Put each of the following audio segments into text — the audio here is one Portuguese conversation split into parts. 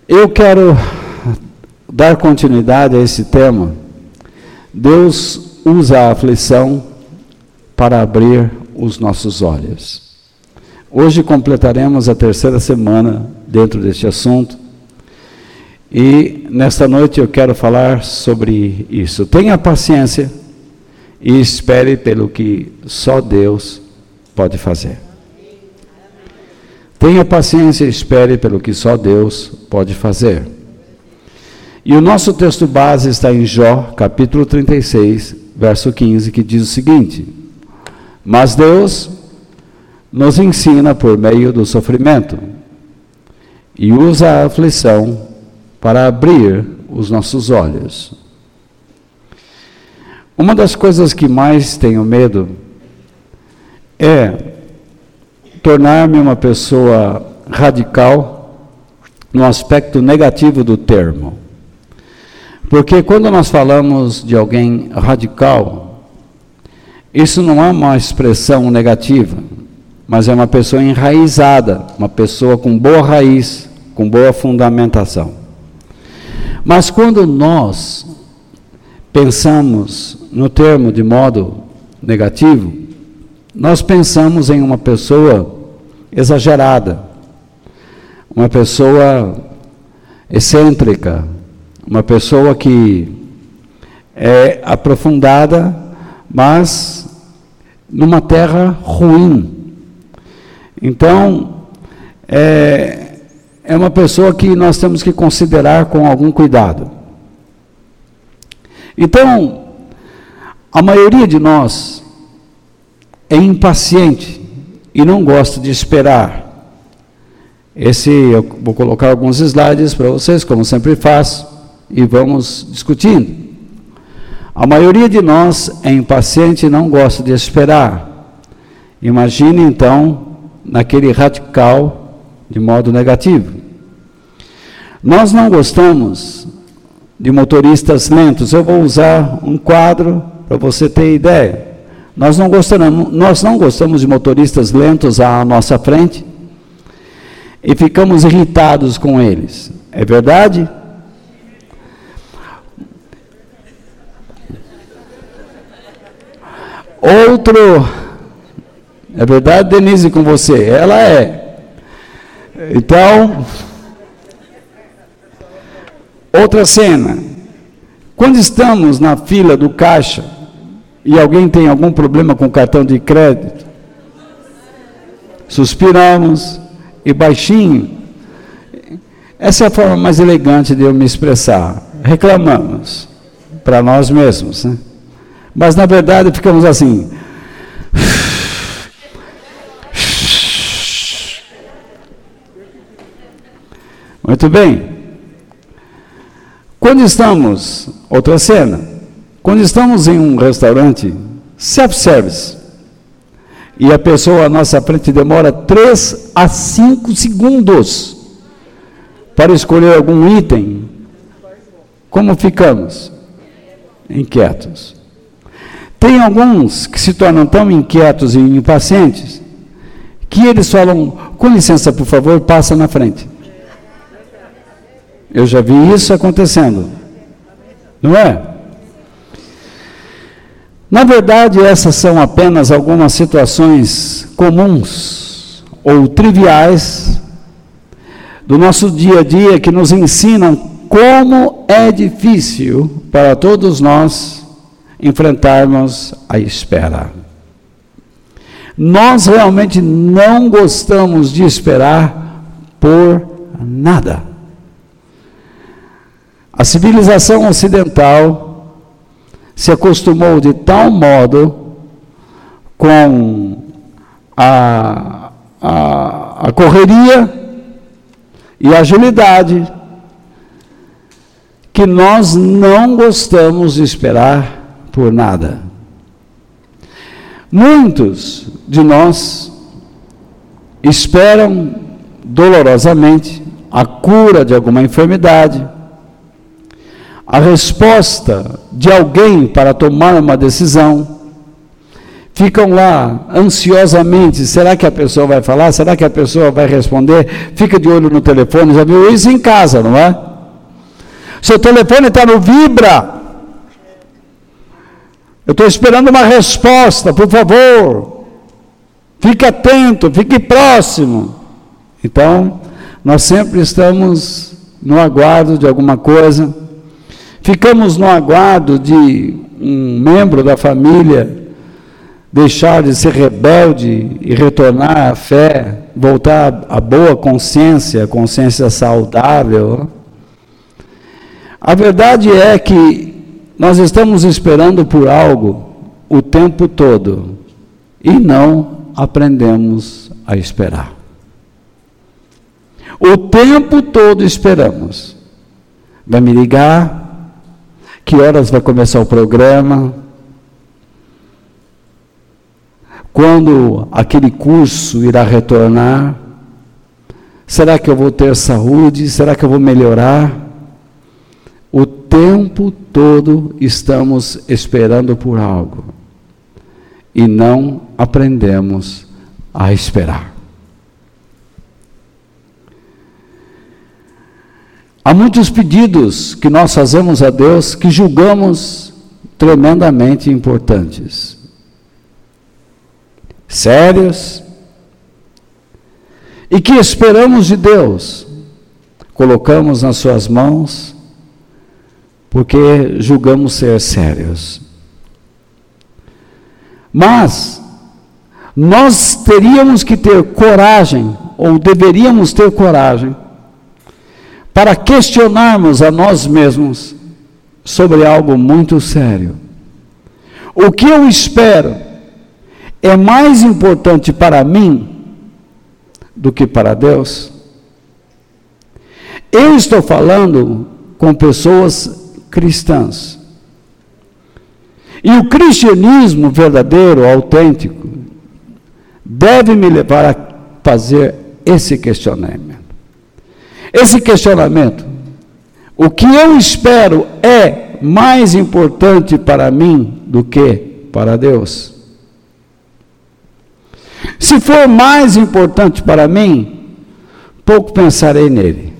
Eu quero dar continuidade a esse tema. Deus usa a aflição para abrir os nossos olhos. Hoje completaremos a 3ª semana dentro deste assunto. E nesta noite eu quero falar sobre isso. Tenha paciência e espere pelo que só Deus pode fazer. Tenha paciência e espere pelo que só Deus pode fazer. E o nosso texto base está em Jó, capítulo 36, verso 15, que diz o seguinte: Mas Deus nos ensina por meio do sofrimento e usa a aflição para abrir os nossos olhos. Uma das coisas que mais tenho medo é tornar-me uma pessoa radical no aspecto negativo do termo. Porque quando nós falamos de alguém radical, isso não é uma expressão negativa, mas é uma pessoa enraizada, uma pessoa com boa raiz, com boa fundamentação. Mas quando nós pensamos no termo de modo negativo, nós pensamos em uma pessoa exagerada, uma pessoa excêntrica, uma pessoa que é aprofundada, mas numa terra ruim. Então, é uma pessoa que nós temos que considerar com algum cuidado. Então, a maioria de nós é impaciente e não gosta de esperar. Eu vou colocar alguns slides para vocês, como sempre faço, e vamos discutindo. A maioria de nós é impaciente e não gosta de esperar. Imagine então naquele radical de modo negativo. Nós não gostamos de motoristas lentos. Eu vou usar um quadro para você ter ideia. Nós não gostamos de motoristas lentos à nossa frente e ficamos irritados com eles. É verdade? É verdade, Denise, com você? Ela é. Então, outra cena. Quando estamos na fila do caixa e alguém tem algum problema com o cartão de crédito, suspiramos e baixinho. Essa é a forma mais elegante de eu me expressar. Reclamamos para nós mesmos, né? Mas na verdade ficamos assim. Muito bem. Quando estamos, outra cena, quando estamos em um restaurante self-service e a pessoa à nossa frente demora 3 a 5 segundos para escolher algum item, como ficamos? Inquietos. Tem alguns que se tornam tão inquietos e impacientes que eles falam: com licença, por favor, passa na frente. Eu já vi isso acontecendo, não é? Na verdade, essas são apenas algumas situações comuns ou triviais do nosso dia a dia que nos ensinam como é difícil para todos nós enfrentarmos a espera. Nós realmente não gostamos de esperar por nada. A civilização ocidental se acostumou de tal modo com a correria e a agilidade que nós não gostamos de esperar por nada. Muitos de nós esperam dolorosamente a cura de alguma enfermidade, a resposta de alguém para tomar uma decisão. ficam lá ansiosamente, será que a pessoa vai falar? Será que a pessoa vai responder? Fica de olho no telefone, já viu isso em casa, não é? Seu telefone está no vibra. Eu estou esperando uma resposta, por favor. Fique atento, fique próximo. Então, nós sempre estamos no aguardo de alguma coisa. Ficamos no aguardo de um membro da família deixar de ser rebelde e retornar à fé, voltar à boa consciência, consciência saudável. A verdade é que nós estamos esperando por algo o tempo todo e não aprendemos a esperar. O tempo todo esperamos. Vai me ligar? Que horas vai começar o programa? Quando aquele curso irá retornar? Será que eu vou ter saúde? Será que eu vou melhorar? O tempo todo estamos esperando por algo e não aprendemos a esperar. Há muitos pedidos que nós fazemos a Deus que julgamos tremendamente importantes, sérios, e que esperamos de Deus, colocamos nas suas mãos, porque julgamos ser sérios. Mas nós teríamos que ter coragem, ou deveríamos ter coragem, para questionarmos a nós mesmos sobre algo muito sério. O que eu espero é mais importante para mim do que para Deus? Eu estou falando com pessoas cristãs. E o cristianismo verdadeiro, autêntico, deve me levar a fazer esse questionamento. Esse questionamento, o que eu espero é mais importante para mim do que para Deus? Se for mais importante para mim, pouco pensarei nele.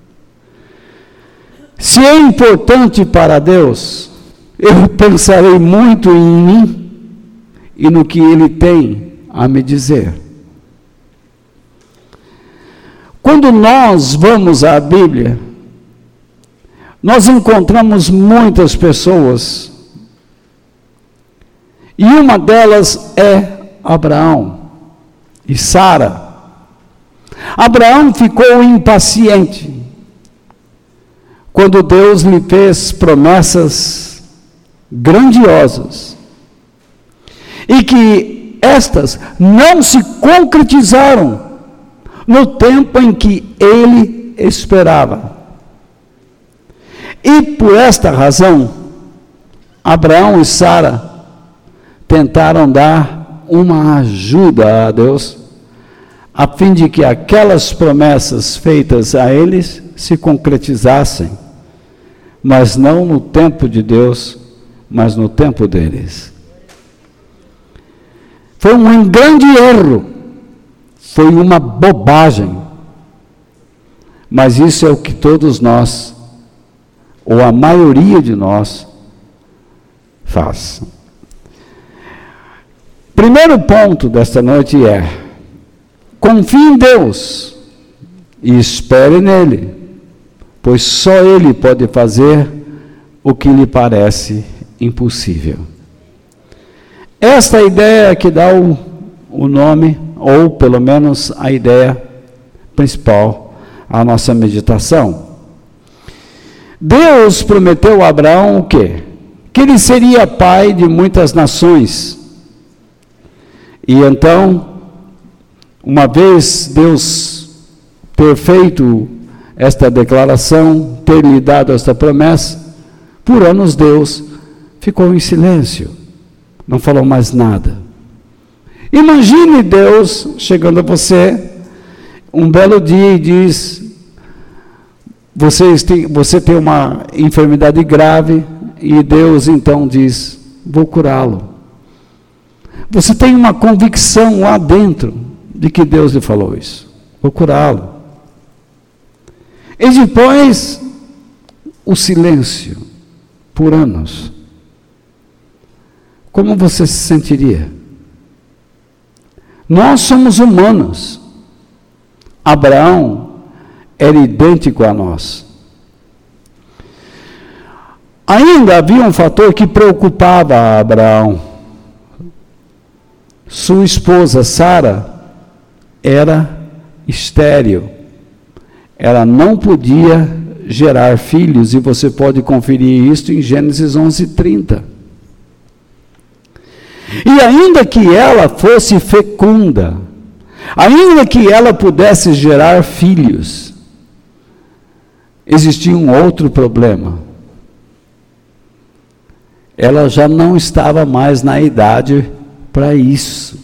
Se é importante para Deus, eu pensarei muito em mim e no que Ele tem a me dizer. Quando nós vamos à Bíblia, nós encontramos muitas pessoas, e uma delas é Abraão e Sara. Abraão ficou impaciente quando Deus lhe fez promessas grandiosas, e que estas não se concretizaram no tempo em que ele esperava. E por esta razão, Abraão e Sara tentaram dar uma ajuda a Deus, a fim de que aquelas promessas feitas a eles se concretizassem, mas não no tempo de Deus, mas no tempo deles. Foi um grande erro, foi uma bobagem, mas isso é o que todos nós, ou a maioria de nós, faz. Primeiro ponto desta noite é: confie em Deus e espere nele, pois só Ele pode fazer o que lhe parece impossível. Esta ideia que dá o nome, ou pelo menos a ideia principal, à nossa meditação. Deus prometeu a Abraão o quê? Que ele seria pai de muitas nações. E então, uma vez Deus ter feito esta declaração, ter lhe dado esta promessa, por anos Deus ficou em silêncio, não falou mais nada. Imagine Deus chegando a você um belo dia e diz: você tem uma enfermidade grave, e Deus então diz: vou curá-lo. você tem uma convicção lá dentro de que Deus lhe falou isso. Procurá-lo. E depois, o silêncio, por anos. Como você se sentiria? Nós somos humanos. Abraão era idêntico a nós. Ainda havia um fator que preocupava a Abraão. Sua esposa Sara era estéril. Ela não podia gerar filhos, e você pode conferir isso em Gênesis 11:30. E ainda que ela fosse fecunda, ainda que ela pudesse gerar filhos, existia um outro problema. Ela já não estava mais na idade para isso.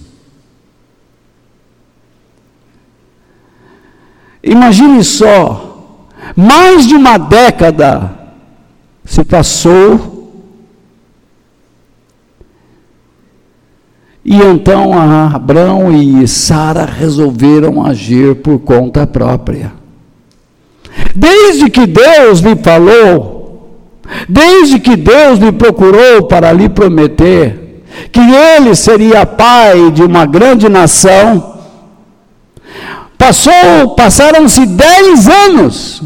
Imagine só, mais de uma década se passou, e então Abraão e Sara resolveram agir por conta própria. Desde que Deus lhe falou, desde que Deus lhe procurou para lhe prometer que ele seria pai de uma grande nação, passaram-se 10 anos.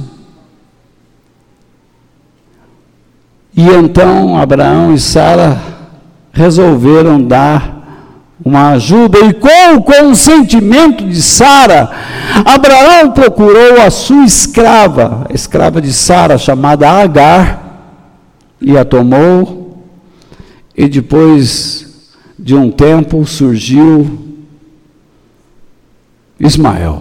E então Abraão e Sara resolveram dar uma ajuda, e com o consentimento de Sara, Abraão procurou a sua escrava, a escrava de Sara, chamada Agar, e a tomou, e depois de um tempo surgiu Ismael.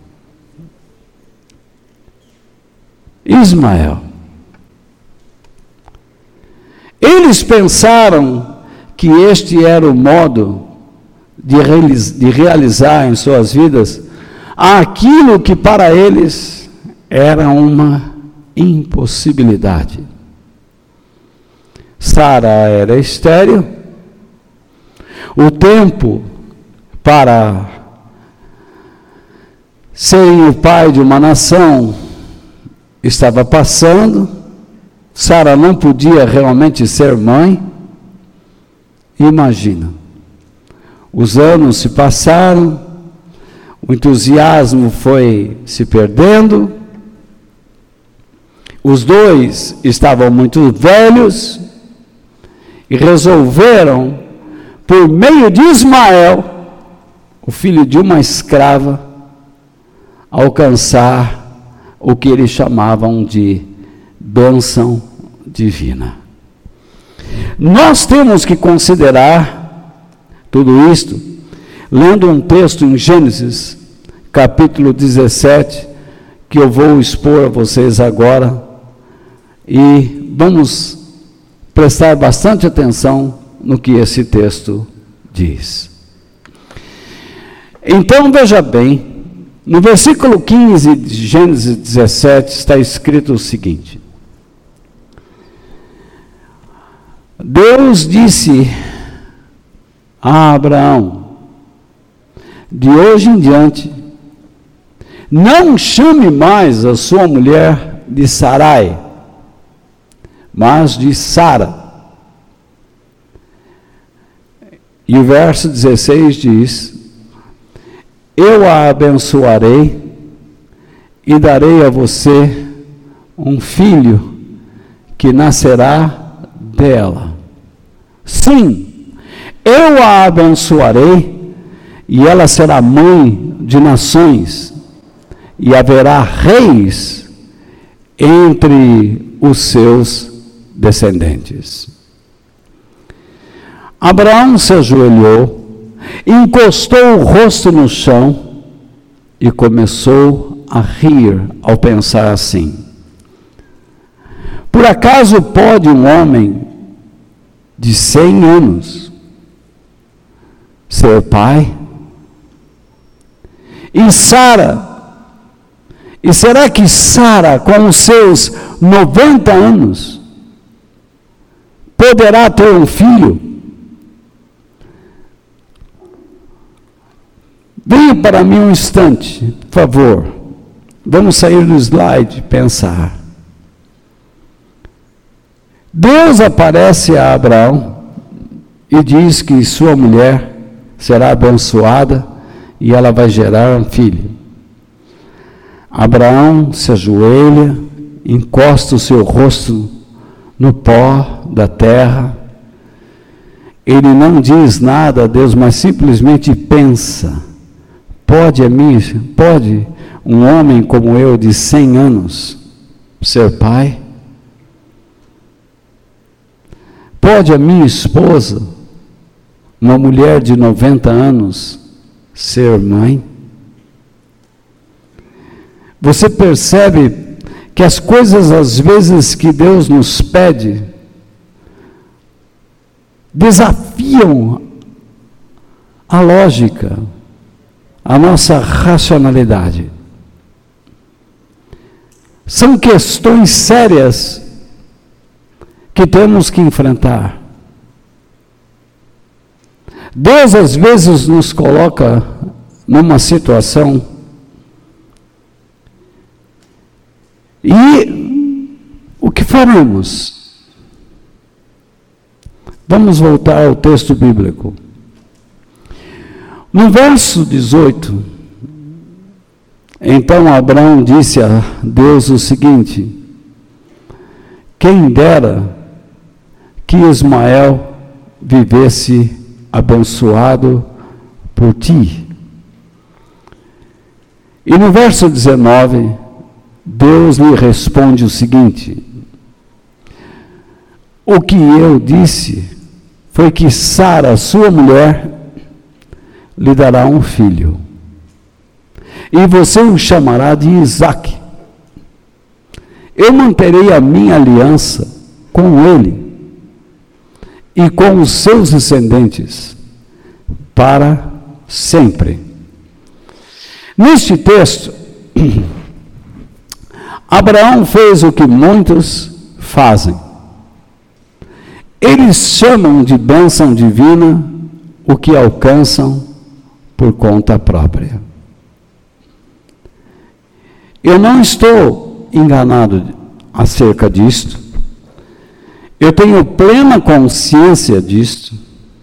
Eles pensaram que este era o modo de realizar em suas vidas aquilo que para eles era uma impossibilidade. Sara era estéril, o tempo para ser o pai de uma nação estava passando, Sara não podia realmente ser mãe. Imagina, os anos se passaram, o entusiasmo foi se perdendo, os dois estavam muito velhos e resolveram, por meio de Ismael, o filho de uma escrava, alcançar o que eles chamavam de bênção divina. Nós temos que considerar tudo isto, lendo um texto em Gênesis, capítulo 17, que eu vou expor a vocês agora, e vamos prestar bastante atenção no que esse texto diz. Então, veja bem, no versículo 15 de Gênesis 17 está escrito o seguinte: Deus disse a Abraão: de hoje em diante, não chame mais a sua mulher de Sarai, mas de Sara. E o verso 16 diz: eu a abençoarei e darei a você um filho que nascerá dela. Sim, eu a abençoarei e ela será mãe de nações, e haverá reis entre os seus descendentes. Abraão se ajoelhou, encostou o rosto no chão e começou a rir ao pensar assim: por acaso pode um homem de 100 anos ser pai? E será que Sara, com os seus 90 anos, poderá ter um filho? Venha para mim um instante, por favor. Vamos sair do slide, pensar. Deus aparece a Abraão e diz que sua mulher será abençoada e ela vai gerar um filho. Abraão se ajoelha, encosta o seu rosto no pó da terra. Ele não diz nada a Deus, mas simplesmente pensa: pode um homem como eu de 100 anos ser pai? Pode a minha esposa, uma mulher de 90 anos, ser mãe? Você percebe que as coisas, às vezes, que Deus nos pede, desafiam a lógica, a nossa racionalidade. São questões sérias que temos que enfrentar. Deus, às vezes, nos coloca numa situação e o que faremos? Vamos voltar ao texto bíblico. No verso 18, então Abraão disse a Deus o seguinte: quem dera que Ismael vivesse abençoado por ti. E no verso 19, Deus lhe responde o seguinte: o que eu disse foi que Sara, sua mulher, lhe dará um filho, e você o chamará de Isaque. Eu manterei a minha aliança com ele e com os seus descendentes para sempre. Neste texto, Abraão fez o que muitos fazem. Eles chamam de bênção divina o que alcançam por conta própria. Eu não estou enganado acerca disto. Eu tenho plena consciência disto.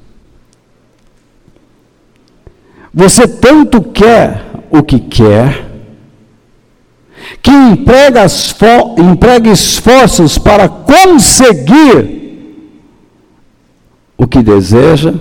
Você tanto quer o que quer, que emprega esforços para conseguir o que deseja,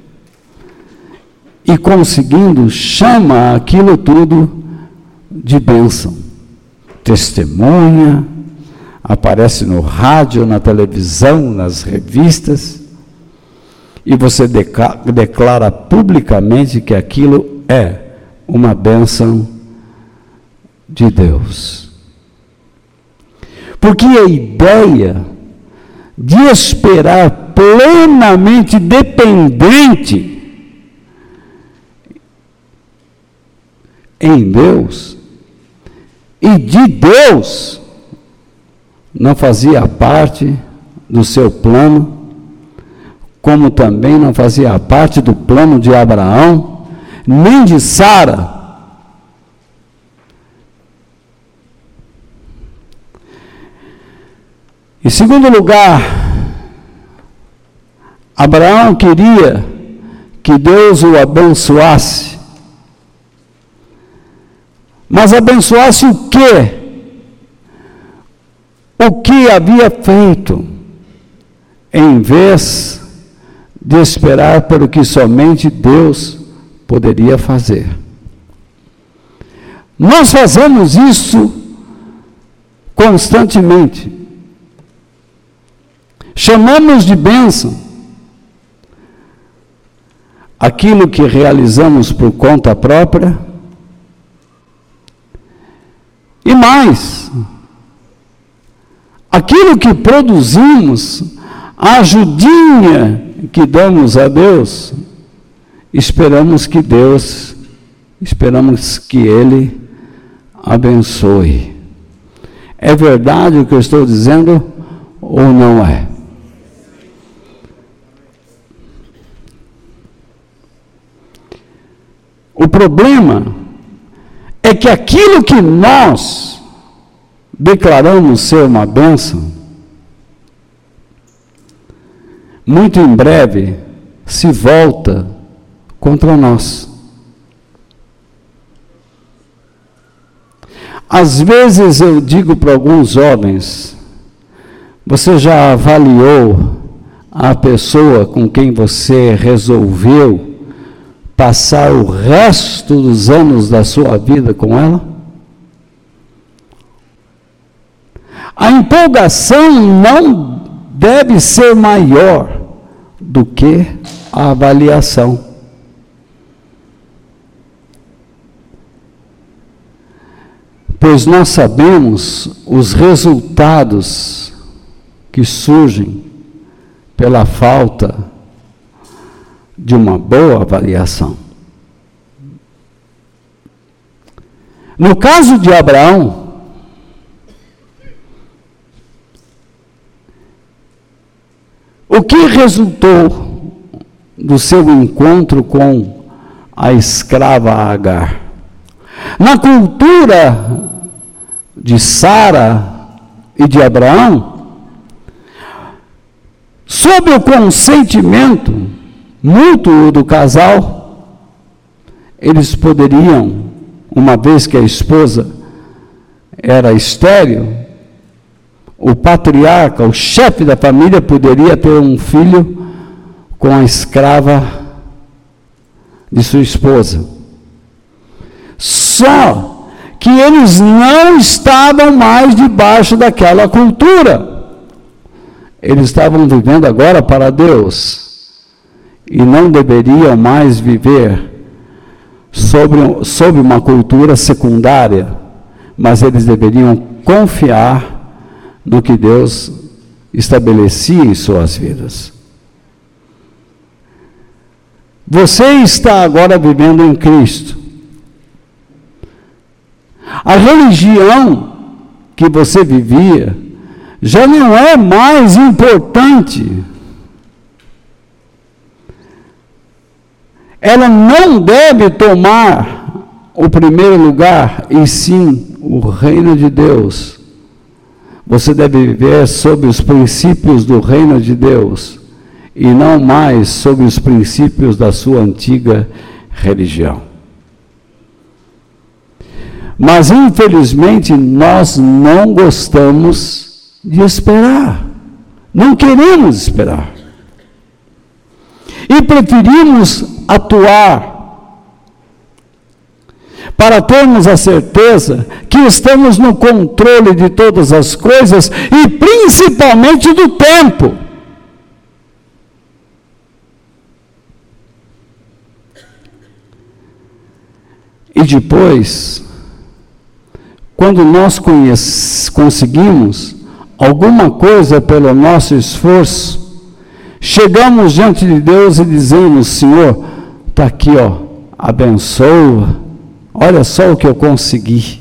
e conseguindo, chama aquilo tudo de bênção. Testemunha, aparece no rádio, na televisão, nas revistas, e você declara publicamente que aquilo é uma bênção de Deus. Porque a ideia de esperar plenamente dependente em Deus e de Deus não fazia parte do seu plano, como também não fazia parte do plano de Abraão, nem de Sara. Em segundo lugar, Abraão queria que Deus o abençoasse. Mas abençoasse o quê? O que havia feito, em vez de esperar pelo que somente Deus poderia fazer. Nós fazemos isso constantemente. Chamamos de bênção aquilo que realizamos por conta própria, e mais, aquilo que produzimos, a ajudinha que damos a Deus, esperamos que Ele abençoe. É verdade o que eu estou dizendo ou não é? O problema é que aquilo que nós declaramos ser uma bênção, muito em breve se volta contra nós. Às vezes eu digo para alguns jovens: você já avaliou a pessoa com quem você resolveu passar o resto dos anos da sua vida com ela? A empolgação não deve ser maior do que a avaliação. Pois nós sabemos os resultados que surgem pela falta de uma boa avaliação. No caso de Abraão, o que resultou do seu encontro com a escrava Agar? Na cultura de Sara e de Abraão, sob o consentimento mútuo do casal, eles poderiam, uma vez que a esposa era estéril, o patriarca, o chefe da família, poderia ter um filho com a escrava de sua esposa. Só que eles não estavam mais debaixo daquela cultura. Eles estavam vivendo agora para Deus e não deveriam mais viver sob uma cultura secundária, mas eles deveriam confiar no que Deus estabelecia em suas vidas. Você está agora vivendo em Cristo. A religião que você vivia já não é mais importante. Ela não deve tomar o primeiro lugar, e sim o reino de Deus. Você deve viver sob os princípios do reino de Deus e não mais sob os princípios da sua antiga religião. Mas, infelizmente, nós não gostamos de esperar. Não queremos esperar. E preferimos atuar para termos a certeza que estamos no controle de todas as coisas e principalmente do tempo. E depois, quando nós conseguimos alguma coisa pelo nosso esforço, chegamos diante de Deus e dizemos: Senhor, está aqui, ó, abençoa, olha só o que eu consegui.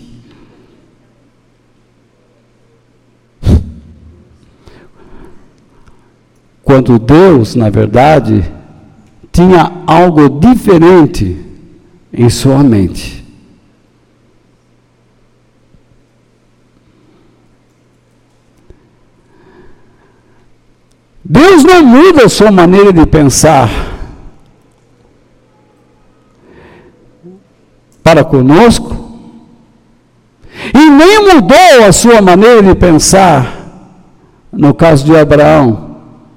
Quando Deus, na verdade, tinha algo diferente em sua mente. Deus não muda a sua maneira de pensar para conosco, e nem mudou a sua maneira de pensar no caso de Abraão.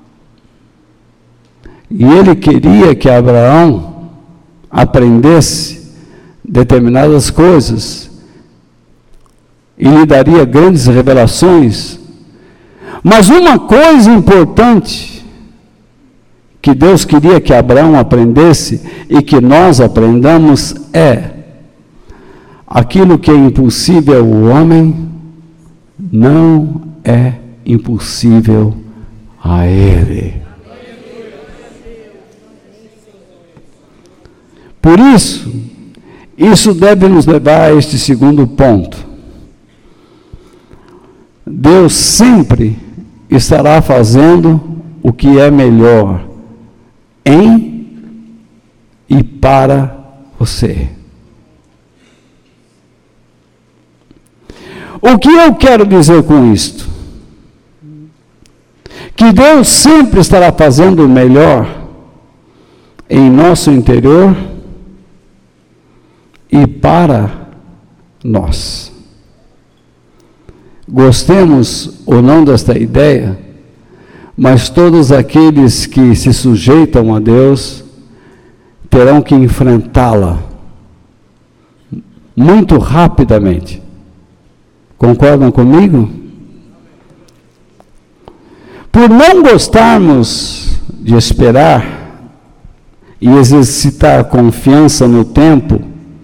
E ele queria que Abraão aprendesse determinadas coisas e lhe daria grandes revelações. Mas uma coisa importante que Deus queria que Abraão aprendesse e que nós aprendamos é: aquilo que é impossível ao homem não é impossível a Ele. Por isso, isso deve nos levar a este segundo ponto. Deus sempre estará fazendo o que é melhor em e para você. O que eu quero dizer com isto? Que Deus sempre estará fazendo o melhor em nosso interior e para nós. Gostemos ou não desta ideia, mas todos aqueles que se sujeitam a Deus terão que enfrentá-la muito rapidamente. Concordam comigo? Por não gostarmos de esperar e exercitar confiança no tempo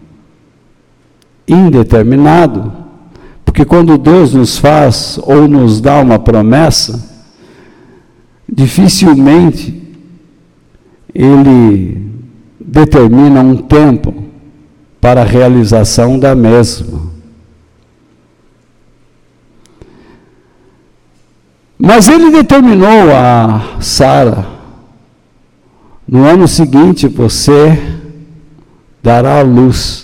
indeterminado, porque quando Deus nos faz ou nos dá uma promessa, dificilmente Ele determina um tempo para a realização da mesma. Mas Ele determinou a Sara, no ano seguinte você dará à luz.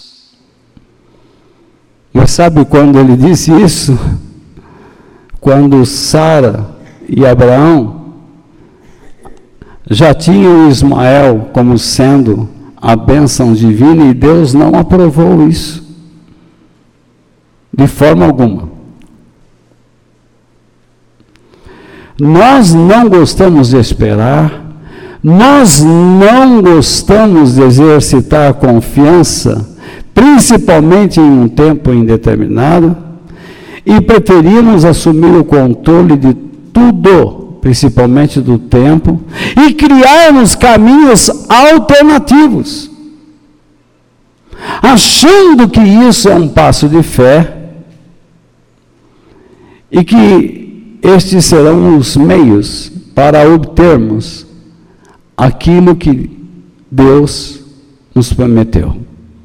Mas sabe quando Ele disse isso? Quando Sara e Abraão já tinham Ismael como sendo a bênção divina e Deus não aprovou isso, de forma alguma. Nós não gostamos de esperar, nós não gostamos de exercitar confiança, principalmente em um tempo indeterminado, e preferimos assumir o controle de tudo, principalmente do tempo, e criarmos caminhos alternativos, achando que isso é um passo de fé, e que estes serão os meios para obtermos aquilo que Deus nos prometeu.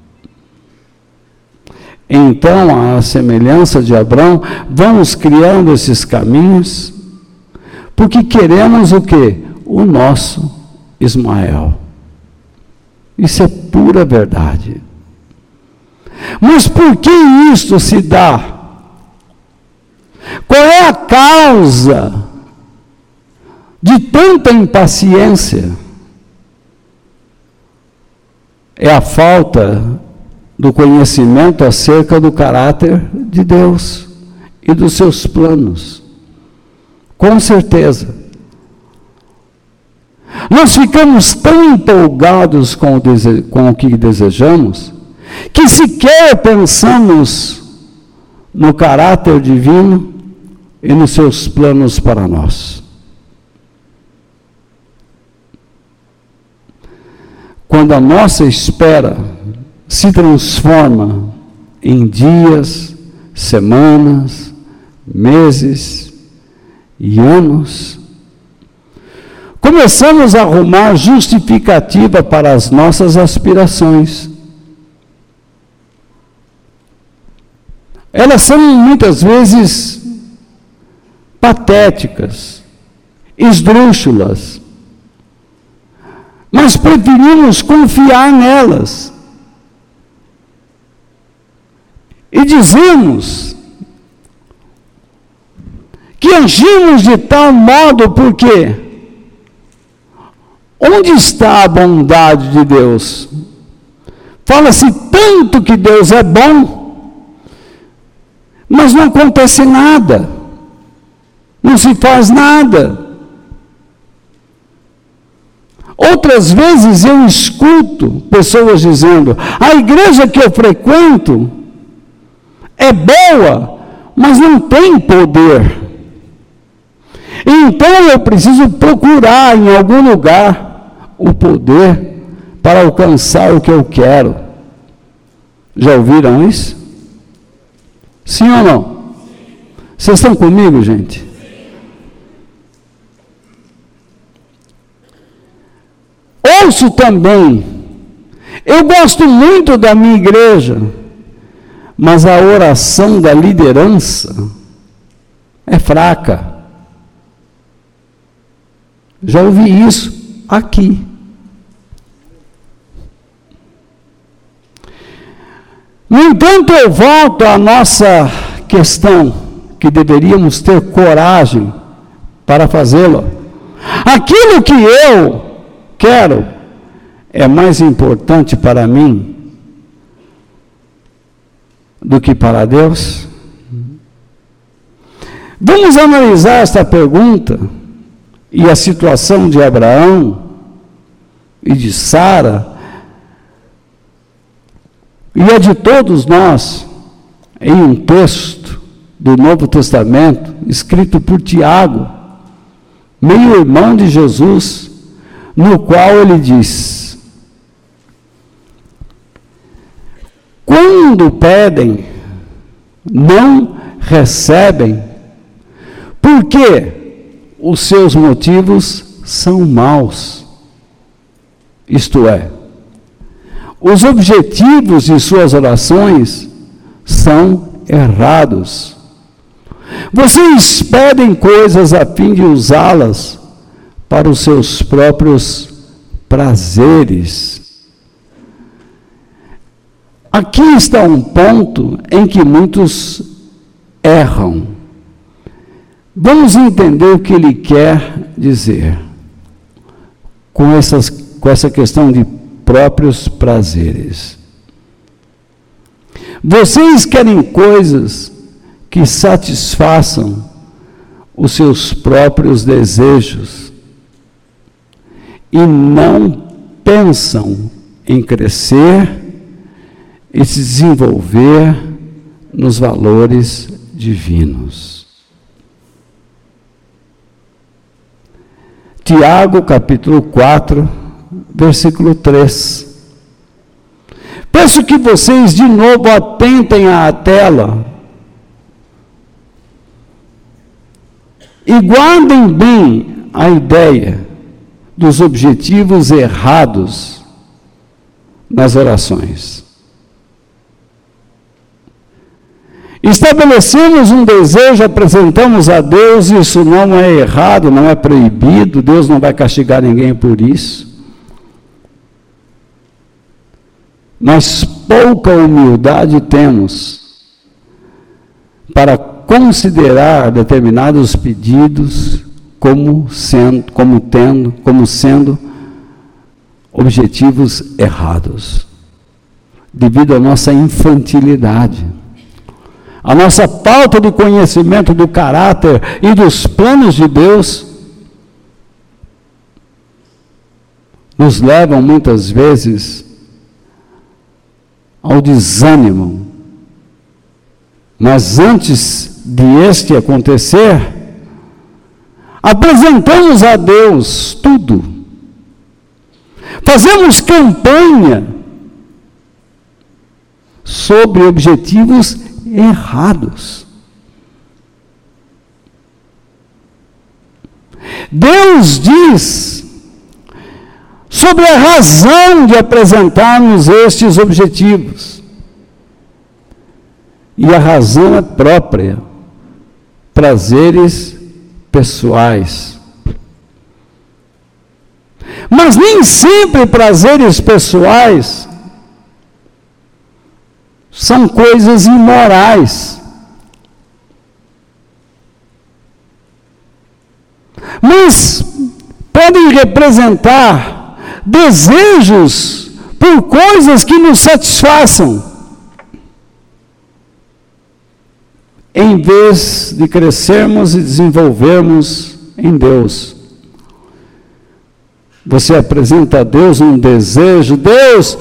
Então, à semelhança de Abraão, vamos criando esses caminhos, porque queremos o quê? O nosso Ismael. Isso é pura verdade. Mas por que isto se dá? Qual é a causa de tanta impaciência? É a falta do conhecimento acerca do caráter de Deus e dos seus planos. Com certeza. Nós ficamos tão empolgados com o que desejamos, que sequer pensamos no caráter divino e nos seus planos para nós. Quando a nossa espera se transforma em dias, semanas, meses e anos, começamos a arrumar justificativa para as nossas aspirações. Elas são muitas vezes patéticas, esdrúxulas, mas preferimos confiar nelas. E dizemos que agimos de tal modo porque onde está a bondade de Deus? Fala-se tanto que Deus é bom, mas não acontece nada, não se faz nada. Outras vezes eu escuto pessoas dizendo: a igreja que eu frequento é boa, mas não tem poder. Então eu preciso procurar em algum lugar o poder para alcançar o que eu quero. Já ouviram isso? Sim ou não? Vocês estão comigo, gente? Ouço também, eu gosto muito da minha igreja, mas a oração da liderança é fraca. Já ouvi isso aqui. No entanto, eu volto à nossa questão, que deveríamos ter coragem para fazê-lo. Aquilo que eu quero é mais importante para mim do que para Deus? Vamos analisar esta pergunta e a situação de Abraão e de Sara e a de todos nós em um texto do Novo Testamento escrito por Tiago, meio-irmão de Jesus, no qual ele diz: quando pedem, não recebem, porque os seus motivos são maus. Isto é, os objetivos de suas orações são errados. Vocês pedem coisas a fim de usá-las para os seus próprios prazeres. Aqui está um ponto em que muitos erram. Vamos entender o que ele quer dizer com essa questão de próprios prazeres. Vocês querem coisas que satisfaçam os seus próprios desejos e não pensam em crescer e se desenvolver nos valores divinos. Tiago, capítulo 4, versículo 3. Peço que vocês de novo atentem à tela e guardem bem a ideia dos objetivos errados nas orações. Estabelecemos um desejo, apresentamos a Deus, isso não é errado, não é proibido, Deus não vai castigar ninguém por isso. Mas pouca humildade temos para considerar determinados pedidos como sendo objetivos errados, devido à nossa infantilidade, a nossa falta de conhecimento do caráter e dos planos de Deus nos levam muitas vezes ao desânimo. Mas antes de este acontecer, apresentamos a Deus tudo. Fazemos campanha sobre objetivos errados. Deus diz sobre a razão de apresentarmos estes objetivos. E a razão é própria: prazeres pessoais. Mas nem sempre prazeres pessoais são coisas imorais. Mas podem representar desejos por coisas que nos satisfaçam, em vez de crescermos e desenvolvermos em Deus. Você apresenta a Deus um desejo: Deus,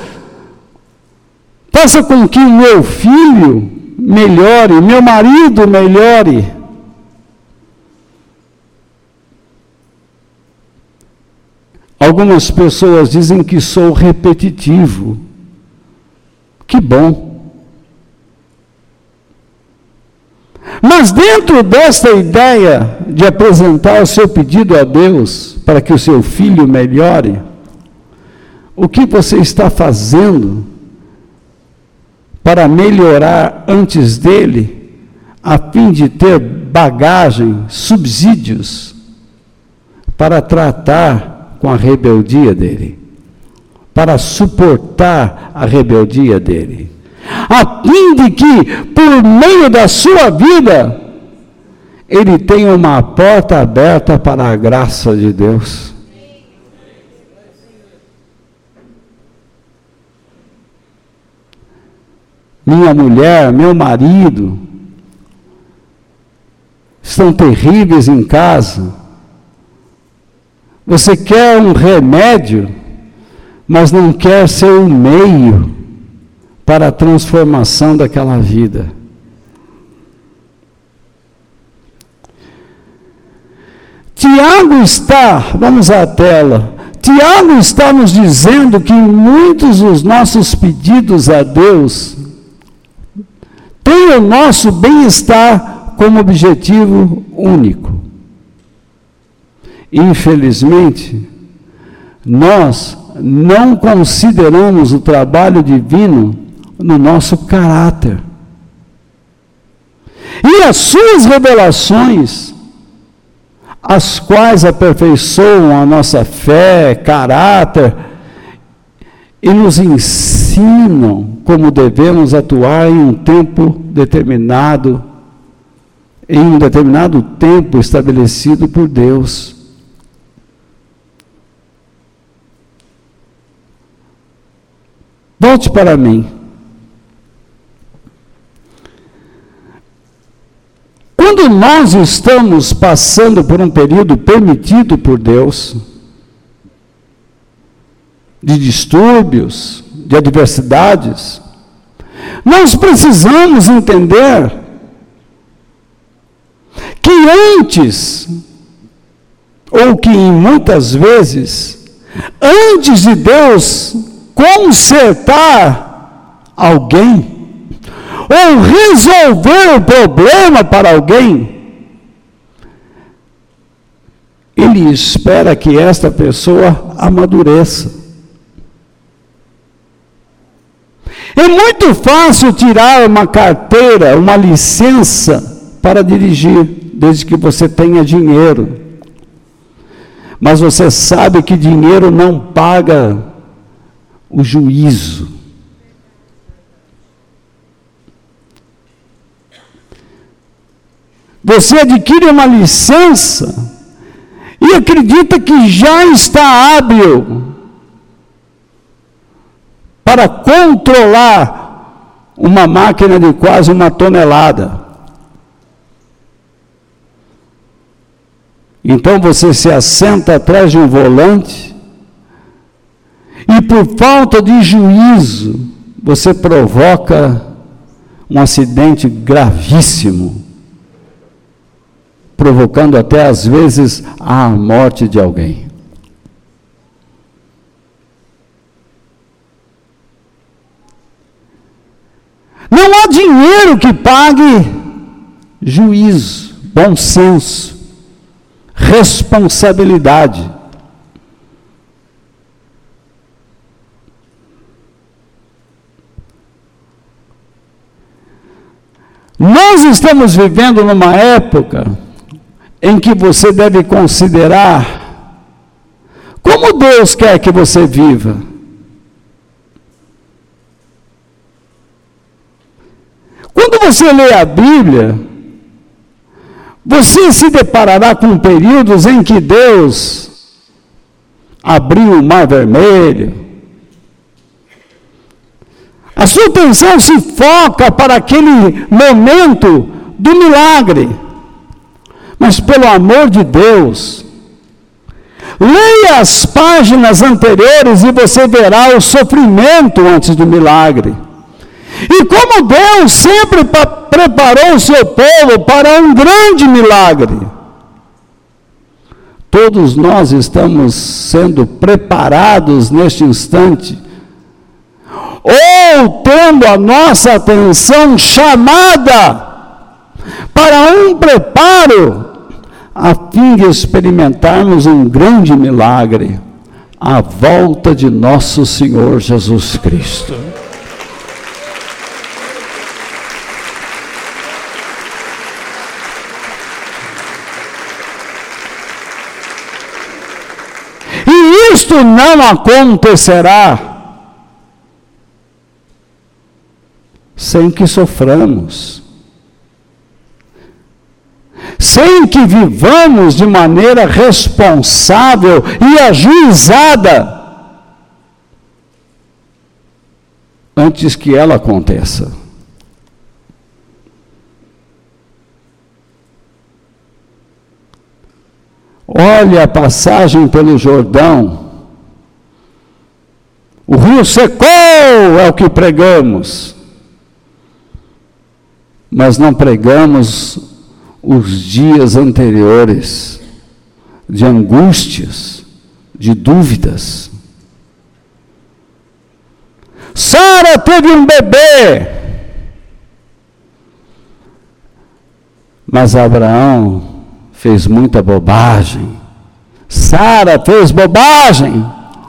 faça com que o meu filho melhore, meu marido melhore. Algumas pessoas dizem que sou repetitivo. Que bom. Mas dentro desta ideia de apresentar o seu pedido a Deus para que o seu filho melhore, o que você está fazendo para melhorar antes dele, a fim de ter bagagem, subsídios, para tratar com a rebeldia dele, para suportar a rebeldia dele? a fim de que, por meio da sua vida, ele tenha uma porta aberta para a graça de Deus. Minha mulher, meu marido, estão terríveis em casa. Você quer um remédio, mas não quer ser um meio para a transformação daquela vida. Tiago está, vamos à tela, Tiago está nos dizendo que muitos dos nossos pedidos a Deus têm o nosso bem-estar como objetivo único. Infelizmente, nós não consideramos o trabalho divino no nosso caráter. E as suas revelações, as quais aperfeiçoam a nossa fé, caráter, e nos ensinam como devemos atuar em um tempo determinado, em um determinado tempo estabelecido por Deus. Volte para mim. Quando nós estamos passando por um período permitido por Deus, de distúrbios, de adversidades, nós precisamos entender que antes, ou que muitas vezes, antes de Deus consertar alguém, ou resolver o problema para alguém, Ele espera que esta pessoa amadureça. É muito fácil tirar uma carteira, uma licença para dirigir, desde que você tenha dinheiro. Mas você sabe que dinheiro não paga o juízo. Você adquire uma licença e acredita que já está hábil para controlar uma máquina de quase 1 tonelada. Então você se assenta atrás de um volante e, por falta de juízo, você provoca um acidente gravíssimo, provocando até às vezes a morte de alguém. Não há dinheiro que pague juízo, bom senso, responsabilidade. Nós estamos vivendo numa época em que você deve considerar como Deus quer que você viva. Quando você lê a Bíblia, você se deparará com períodos em que Deus abriu o Mar Vermelho. A sua atenção se foca para aquele momento do milagre. Mas pelo amor de Deus, leia as páginas anteriores e você verá o sofrimento antes do milagre. E como Deus sempre preparou o seu povo para um grande milagre. Todos nós estamos sendo preparados neste instante, ou tendo a nossa atenção chamada para um preparo, a fim de experimentarmos um grande milagre, a volta de nosso Senhor Jesus Cristo. E isto não acontecerá sem que soframos, sem que vivamos de maneira responsável e ajuizada antes que ela aconteça. Olha a passagem pelo Jordão. O rio secou, é o que pregamos. Mas não pregamos os dias anteriores de angústias, de dúvidas. Sara teve um bebê, mas Abraão fez muita bobagem. Sara fez bobagem.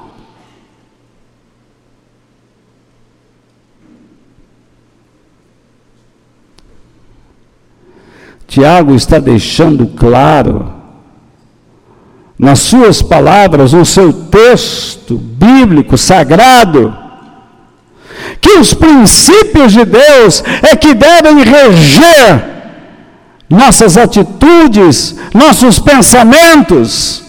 Tiago está deixando claro, nas suas palavras, no seu texto bíblico sagrado, que os princípios de Deus é que devem reger nossas atitudes, nossos pensamentos.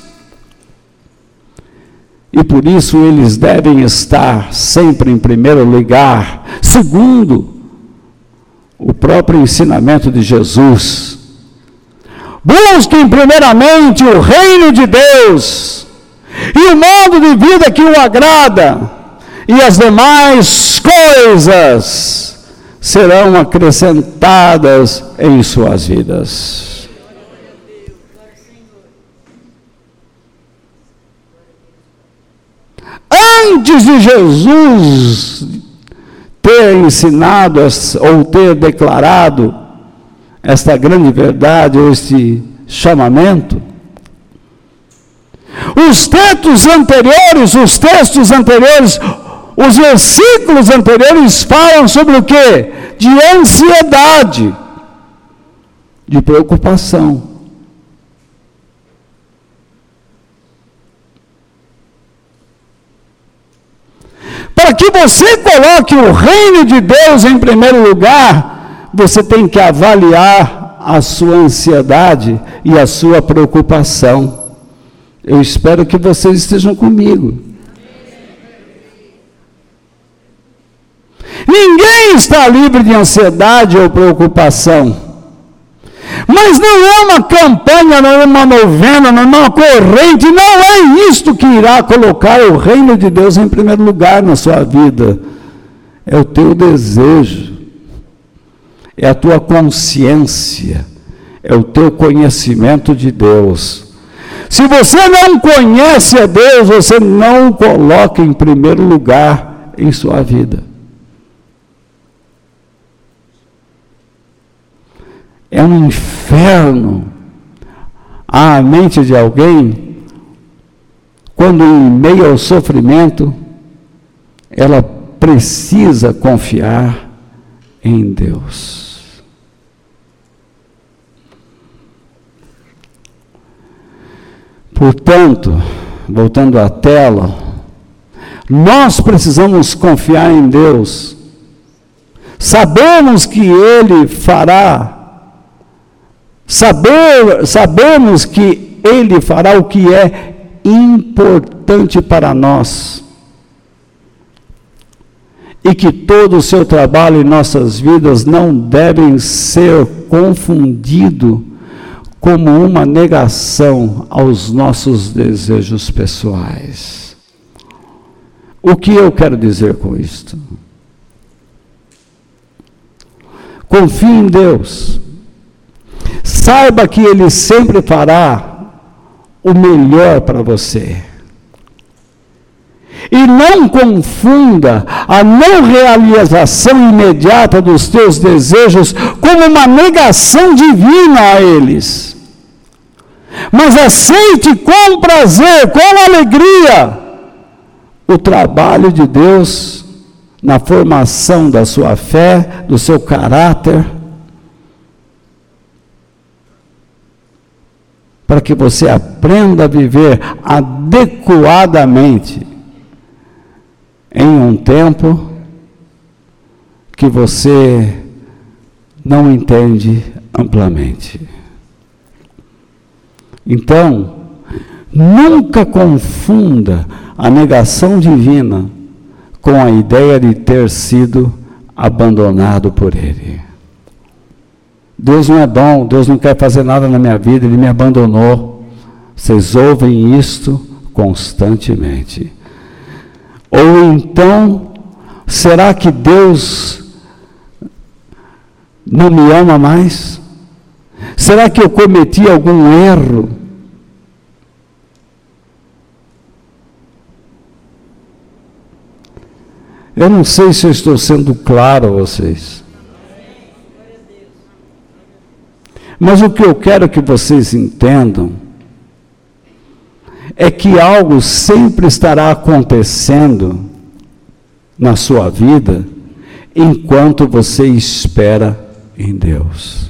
E por isso eles devem estar sempre em primeiro lugar, segundo o próprio ensinamento de Jesus. Busquem primeiramente o reino de Deus e o modo de vida que o agrada, e as demais coisas serão acrescentadas em suas vidas. Antes de Jesus ter ensinado ou ter declarado esta grande verdade, ou este chamamento, os textos anteriores, os versículos anteriores falam sobre o quê? De ansiedade, de preocupação. Para que você coloque o reino de Deus em primeiro lugar, você tem que avaliar a sua ansiedade e a sua preocupação. Eu espero que vocês estejam comigo. Ninguém está livre de ansiedade ou preocupação. Mas não é uma campanha, não é uma novena, não é uma corrente, não é isto que irá colocar o reino de Deus em primeiro lugar na sua vida. É o teu desejo, é a tua consciência, é o teu conhecimento de Deus. Se você não conhece a Deus, você não o coloca em primeiro lugar em sua vida. É um inferno à mente de alguém quando, em meio ao sofrimento, ela precisa confiar em Deus. Portanto, voltando à tela, nós precisamos confiar em Deus. Sabemos que Ele fará. Sabemos que Ele fará o que é importante para nós, e que todo o seu trabalho em nossas vidas não devem ser confundido como uma negação aos nossos desejos pessoais. O que eu quero dizer com isto? Confie em Deus. Saiba que Ele sempre fará o melhor para você. E não confunda a não realização imediata dos teus desejos como uma negação divina a eles. Mas aceite com prazer, com alegria, o trabalho de Deus na formação da sua fé, do seu caráter, para que você aprenda a viver adequadamente em um tempo que você não entende amplamente. Então, nunca confunda a negação divina com a ideia de ter sido abandonado por Ele. Deus não é bom, Deus não quer fazer nada na minha vida, Ele me abandonou. Vocês ouvem isto constantemente. Ou então, será que Deus não me ama mais? Será que eu cometi algum erro? Eu não sei se eu estou sendo claro a vocês. Mas o que eu quero que vocês entendam é que algo sempre estará acontecendo na sua vida enquanto você espera em Deus.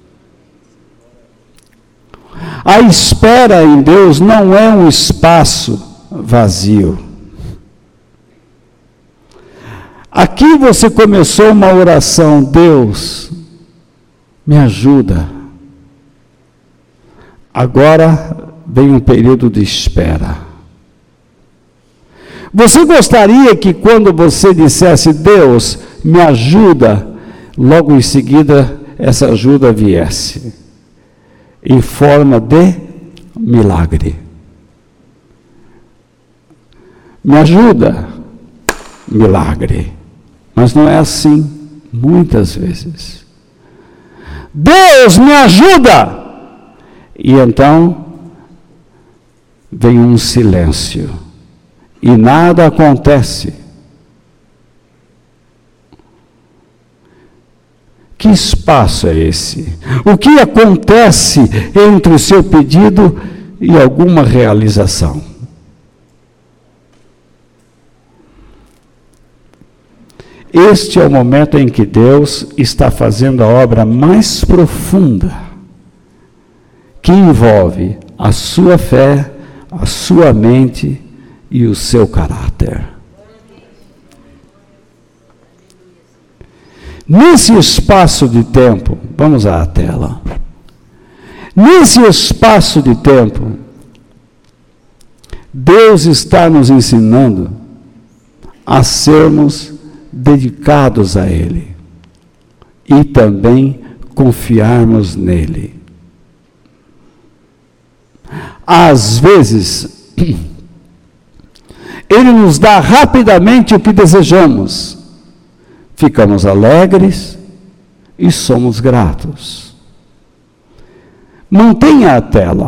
A espera em Deus não é um espaço vazio. Aqui você começou uma oração: Deus, me ajuda. Agora vem um período de espera. Você gostaria que quando você dissesse, Deus, me ajuda, logo em seguida essa ajuda viesse em forma de milagre? Me ajuda, milagre. Mas não é assim, muitas vezes. Deus, me ajuda! E então vem um silêncio e nada acontece. Que espaço é esse? O que acontece entre o seu pedido e alguma realização? Este é o momento em que Deus está fazendo a obra mais profunda, que envolve a sua fé, a sua mente e o seu caráter. Nesse espaço de tempo, vamos à tela. Nesse espaço de tempo, Deus está nos ensinando a sermos dedicados a Ele e também confiarmos nele. Às vezes, Ele nos dá rapidamente o que desejamos. Ficamos alegres e somos gratos. Mantenha a tela.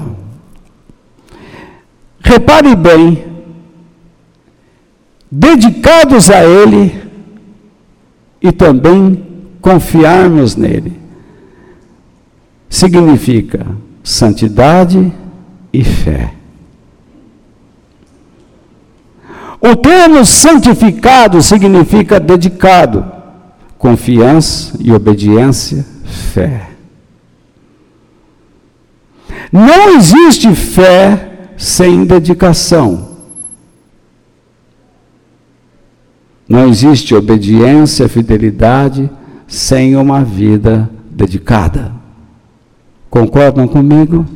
Repare bem, dedicados a Ele e também confiarmos nele. Significa santidade e fé. O termo santificado significa dedicado, confiança e obediência, fé. Não existe fé sem dedicação. Não existe obediência, fidelidade sem uma vida dedicada. Concordam comigo?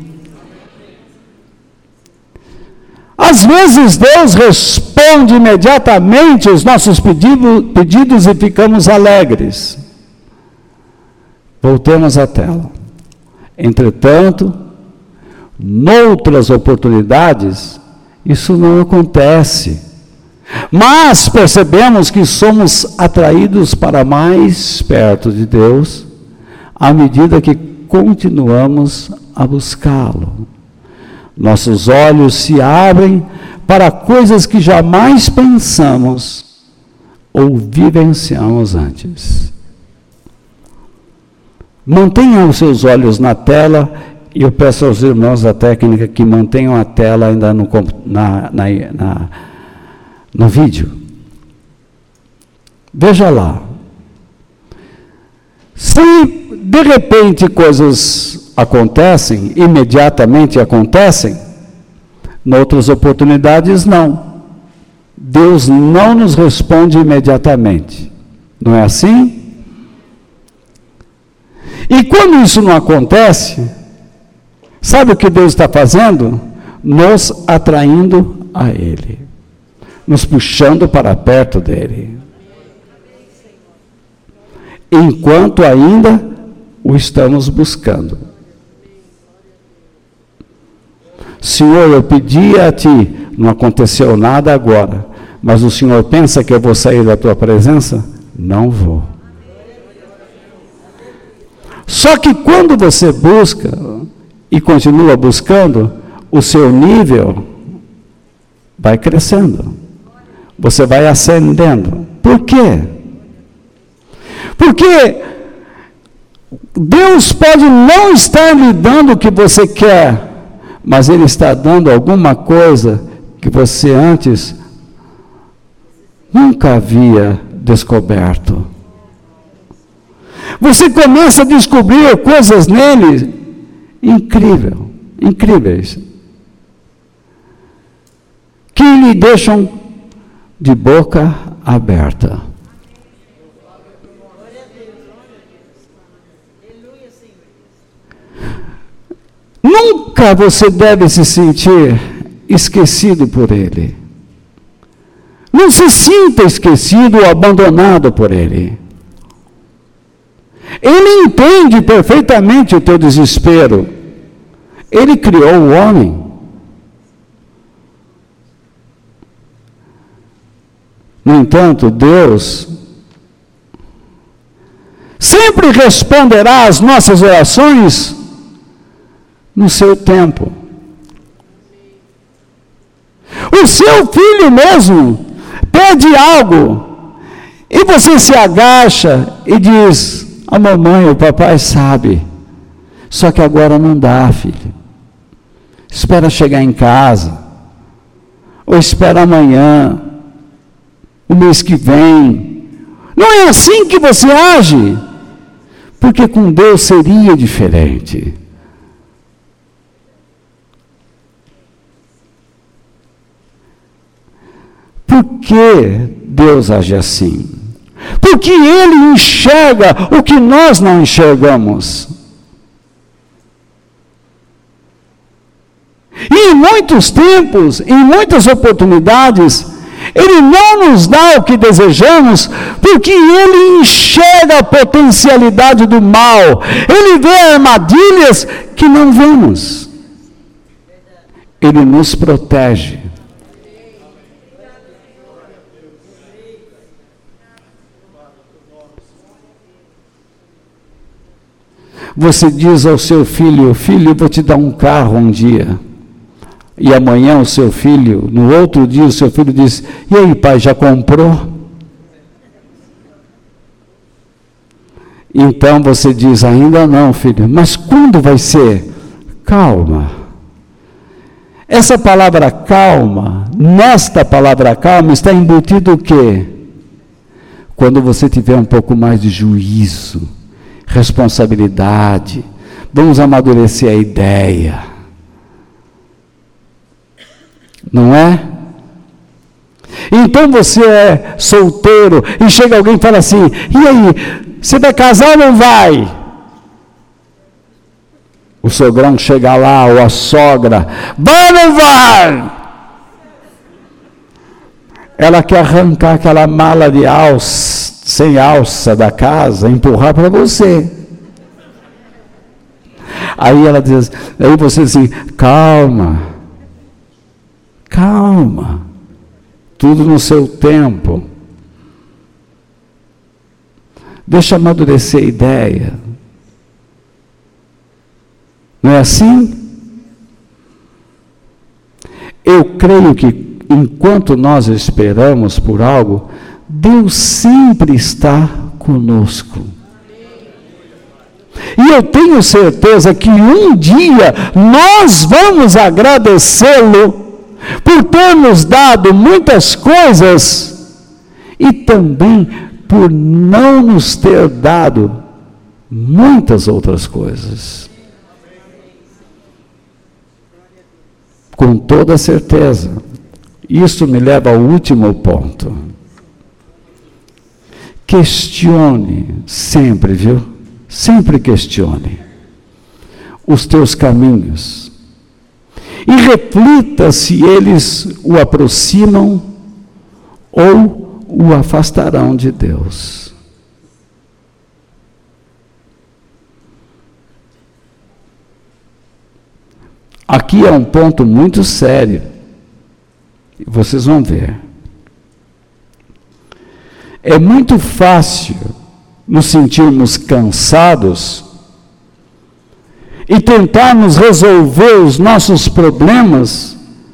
Às vezes Deus responde imediatamente os nossos pedidos e ficamos alegres. Voltemos à tela. Entretanto, noutras oportunidades, isso não acontece. Mas percebemos que somos atraídos para mais perto de Deus à medida que continuamos a buscá-lo. Nossos olhos se abrem para coisas que jamais pensamos ou vivenciamos antes. Mantenham os seus olhos na tela, e eu peço aos irmãos da técnica que mantenham a tela ainda no vídeo. Veja lá. Se de repente coisas acontecem, imediatamente acontecem, noutras oportunidades não. Deus não nos responde imediatamente. Não é assim? E quando isso não acontece, sabe o que Deus está fazendo? Nos atraindo a Ele, nos puxando para perto dEle, enquanto ainda o estamos buscando. Senhor, eu pedi a Ti, não aconteceu nada agora, mas o Senhor pensa que eu vou sair da Tua presença? Não vou. Só que quando você busca e continua buscando, o seu nível vai crescendo. Você vai ascendendo. Por quê? Porque Deus pode não estar lhe dando o que você quer, mas Ele está dando alguma coisa que você antes nunca havia descoberto. Você começa a descobrir coisas nele incríveis, que lhe deixam de boca aberta. Nunca você deve se sentir esquecido por Ele. Não se sinta esquecido ou abandonado por Ele. Ele entende perfeitamente o teu desespero. Ele criou o homem. No entanto, Deus sempre responderá às nossas orações no seu tempo. O seu filho mesmo pede algo e você se agacha e diz: a mamãe, o papai sabe, só que agora não dá, filho. Espera chegar em casa, ou espera amanhã, o mês que vem. Não é assim que você age, porque com Deus seria diferente. Por que Deus age assim? Porque Ele enxerga o que nós não enxergamos. E em muitos tempos, em muitas oportunidades, Ele não nos dá o que desejamos, porque Ele enxerga a potencialidade do mal. Ele vê armadilhas que não vemos. Ele nos protege. Você diz ao seu filho: filho, eu vou te dar um carro um dia. E amanhã o seu filho, no outro dia o seu filho diz: e aí, pai, já comprou? Então você diz: ainda não, filho. Mas quando vai ser? Calma. Essa palavra calma, nesta palavra calma está embutido o quê? Quando você tiver um pouco mais de juízo, responsabilidade, vamos amadurecer a ideia, não é? Então você é solteiro e chega alguém e fala assim: e aí, você vai casar ou não vai? O sogrão chega lá, ou a sogra: vai ou não vai? Ela quer arrancar aquela mala de alça, sem alça da casa, empurrar para você. Aí ela diz, aí você diz assim: calma, calma, tudo no seu tempo. Deixa amadurecer a ideia. Não é assim? Eu creio que enquanto nós esperamos por algo, Deus sempre está conosco. E eu tenho certeza que um dia nós vamos agradecê-lo por ter nos dado muitas coisas e também por não nos ter dado muitas outras coisas. Com toda certeza. Isso me leva ao último ponto. Questione sempre, viu? sempre questione os teus caminhos e reflita se eles o aproximam ou o afastarão de Deus. Aqui é um ponto muito sério, e vocês vão ver. É muito fácil nos sentirmos cansados e tentarmos resolver os nossos problemas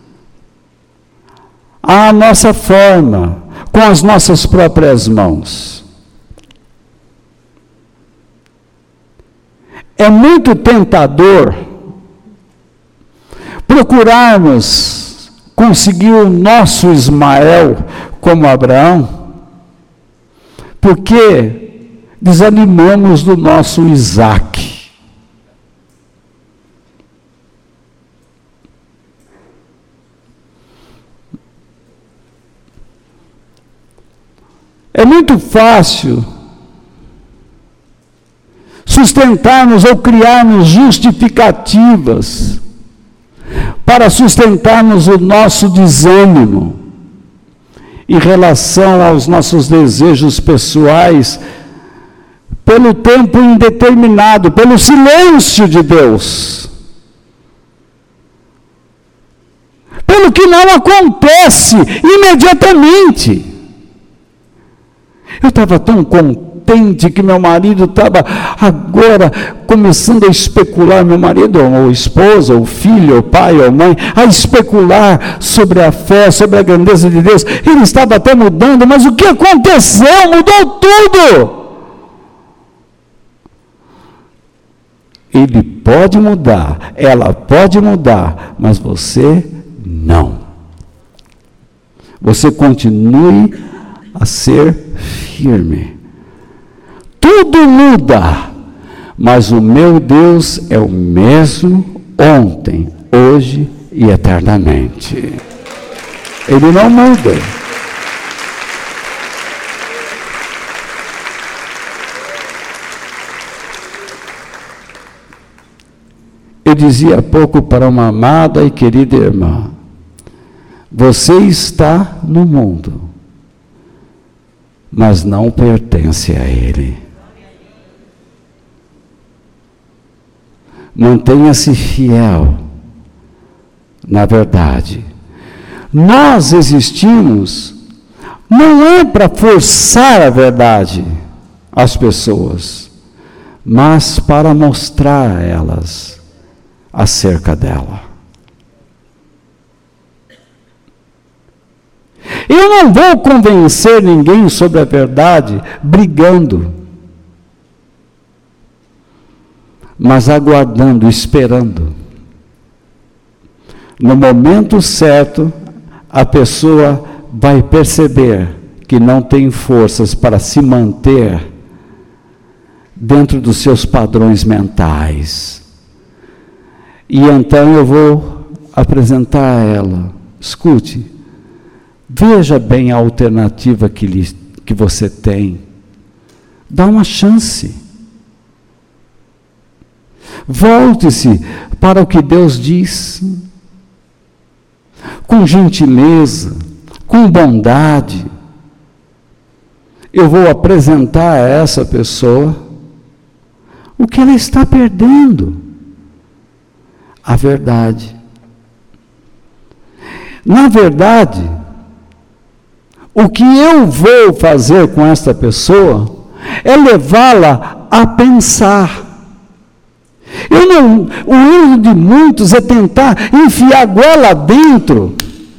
à nossa forma, com as nossas próprias mãos. É muito tentador procurarmos conseguir o nosso Ismael como Abraão, porque desanimamos do nosso Isaque. É muito fácil sustentarmos ou criarmos justificativas para sustentarmos o nosso desânimo em relação aos nossos desejos pessoais, pelo tempo indeterminado, pelo silêncio de Deus, pelo que não acontece imediatamente. Eu estava tão contente que meu marido estava agora começando a especular, meu marido, ou esposa, ou filho, ou pai, ou mãe, a especular sobre a fé, sobre a grandeza de Deus. Ele estava até mudando, mas o que aconteceu? Mudou tudo. Ele pode mudar, ela pode mudar, mas você não. Você continue a ser firme. Tudo muda, mas o meu Deus é o mesmo ontem, hoje e eternamente. Ele não muda. Eu dizia há pouco para uma amada e querida irmã: você está no mundo, mas não pertence a ele. Mantenha-se fiel na verdade. Nós existimos não é para forçar a verdade às pessoas, mas para mostrar a elas acerca dela. Eu não vou convencer ninguém sobre a verdade brigando, mas aguardando, esperando. No momento certo, a pessoa vai perceber que não tem forças para se manter dentro dos seus padrões mentais. E então eu vou apresentar a ela: escute, veja bem a alternativa que você tem. Dá uma chance. Volte-se para o que Deus diz, com gentileza, com bondade. Eu vou apresentar a essa pessoa o que ela está perdendo: a verdade. Na verdade, o que eu vou fazer com esta pessoa é levá-la a pensar. O erro de muitos é tentar enfiar goela dentro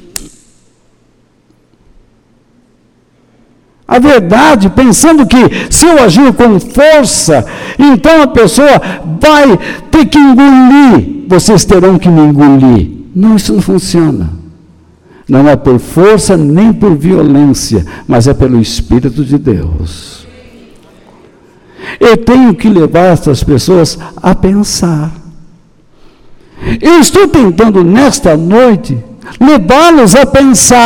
a verdade, pensando que se eu agir com força, então a pessoa vai ter que engolir. Vocês terão que me engolir. Não, isso não funciona. Não é por força nem por violência, mas é pelo Espírito de Deus. Eu tenho que levar essas pessoas a pensar. Eu estou tentando nesta noite levá-los a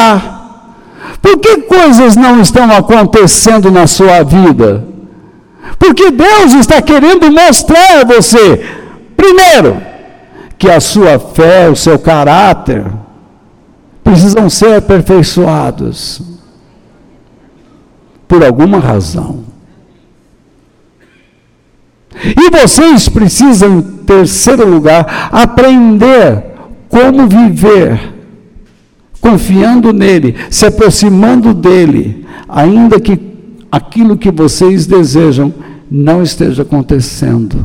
pensar. Por que coisas não estão acontecendo na sua vida? Porque Deus está querendo mostrar a você, primeiro, que a sua fé, o seu caráter, precisam ser aperfeiçoados, por alguma razão. E vocês precisam, em terceiro lugar, aprender como viver, confiando nele, se aproximando dele, ainda que aquilo que vocês desejam não esteja acontecendo.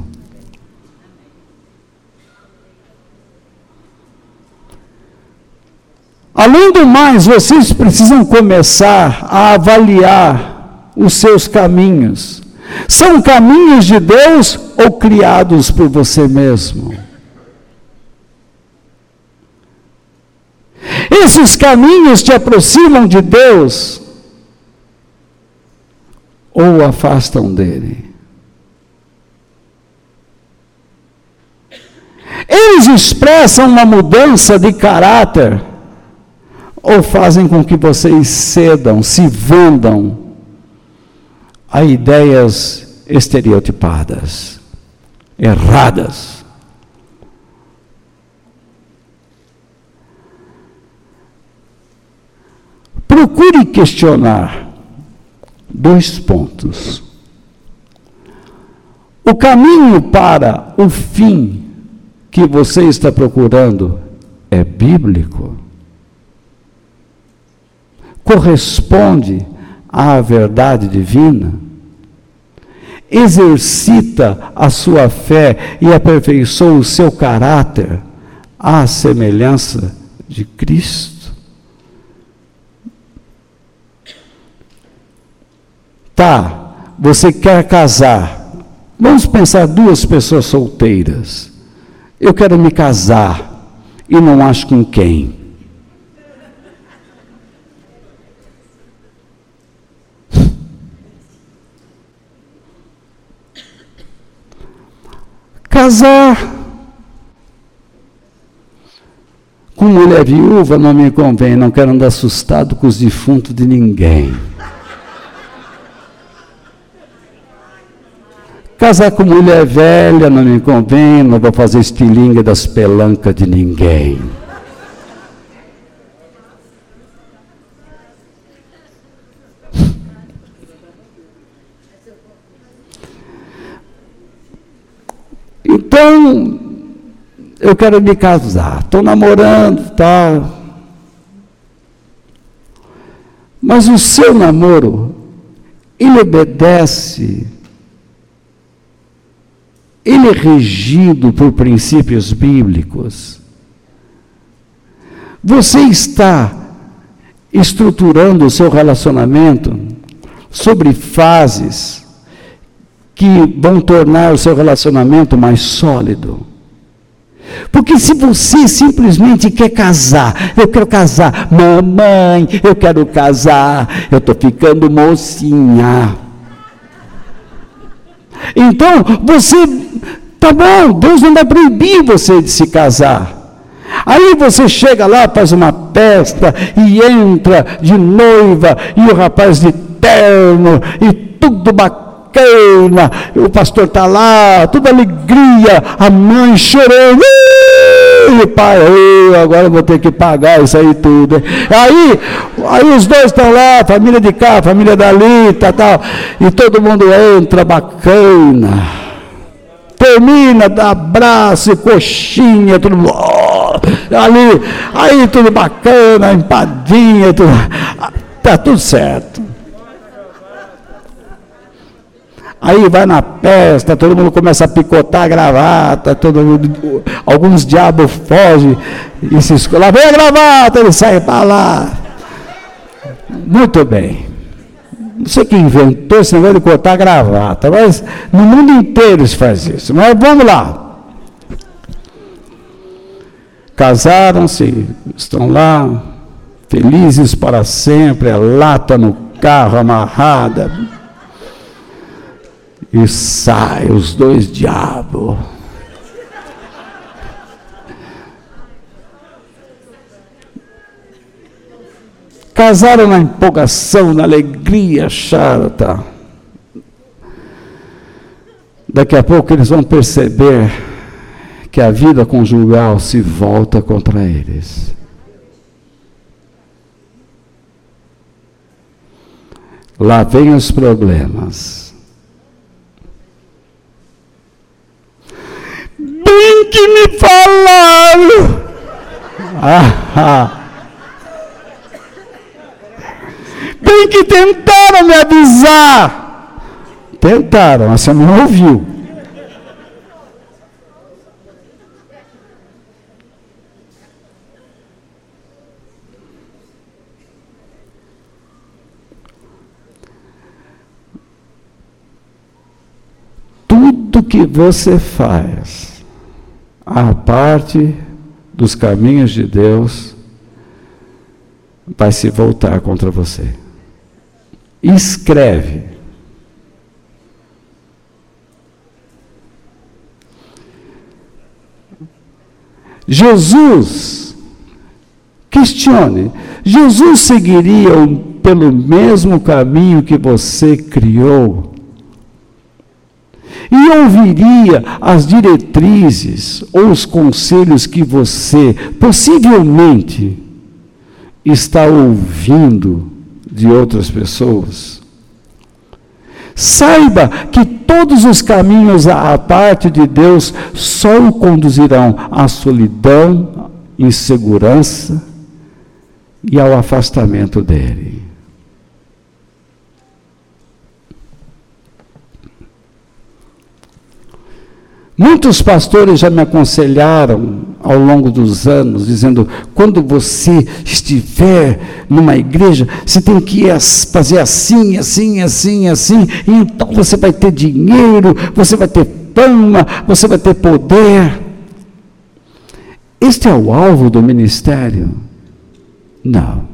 Além do mais, vocês precisam começar a avaliar os seus caminhos. São caminhos de Deus ou criados por você mesmo? Esses caminhos te aproximam de Deus ou o afastam dele? Eles expressam uma mudança de caráter ou fazem com que vocês cedam, se vendam a ideias estereotipadas, erradas? Procure questionar 2 pontos. O caminho para o fim que você está procurando é bíblico? Corresponde à verdade divina? Exercita a sua fé e aperfeiçoa o seu caráter à semelhança de Cristo? Tá, você quer casar. Vamos pensar 2 pessoas solteiras. Eu quero me casar e não acho com quem. Casar com mulher viúva não me convém, não quero andar assustado com os defuntos de ninguém. Casar com mulher velha não me convém, não vou fazer estilingue das pelancas de ninguém. Então, eu quero me casar, estou namorando, tal. Mas o seu namoro, ele obedece, ele é regido por princípios bíblicos. Você está estruturando o seu relacionamento sobre fases que vão tornar o seu relacionamento mais sólido. Porque se você simplesmente quer casar, eu quero casar, mamãe, eu quero casar, eu estou ficando mocinha. Então, você, tá bom, Deus não vai proibir você de se casar. Aí você chega lá, faz uma festa e entra de noiva, e o rapaz de terno, e tudo bacana, o pastor está lá, toda alegria, a mãe chorando, e o pai, agora eu vou ter que pagar isso aí tudo. Aí os dois estão lá, família de cá, família dali, tal, e todo mundo entra bacana, termina, dá abraço e coxinha, todo mundo, ali, aí tudo bacana, empadinha, tudo, tá tudo certo. Aí vai na festa, todo mundo começa a picotar a gravata, alguns diabos fogem e se escolhem. Lá vem a gravata, ele sai para lá. Muito bem. Não sei quem inventou esse negócio de cortar a gravata, mas no mundo inteiro se faz isso. Mas vamos lá. Casaram-se, estão lá, felizes para sempre, a lata no carro amarrada. E sai os 2 diabos. Casaram na empolgação, na alegria, chata. daqui a pouco eles vão perceber que a vida conjugal se volta contra eles. Lá vem os problemas. Bem que me falaram! Bem que tentaram me avisar! Tentaram, mas você não ouviu. Tudo que você faz, a parte dos caminhos de Deus, vai se voltar contra você. Escreve. Jesus, questione, Jesus seguiria pelo mesmo caminho que você criou? E ouviria as diretrizes ou os conselhos que você possivelmente está ouvindo de outras pessoas? Saiba que todos os caminhos à parte de Deus só o conduzirão à solidão, insegurança e ao afastamento dele. Muitos pastores já me aconselharam ao longo dos anos, dizendo, quando você estiver numa igreja, você tem que fazer assim, assim, assim, assim, e então você vai ter dinheiro, você vai ter fama, você vai ter poder. Este é o alvo do ministério? Não.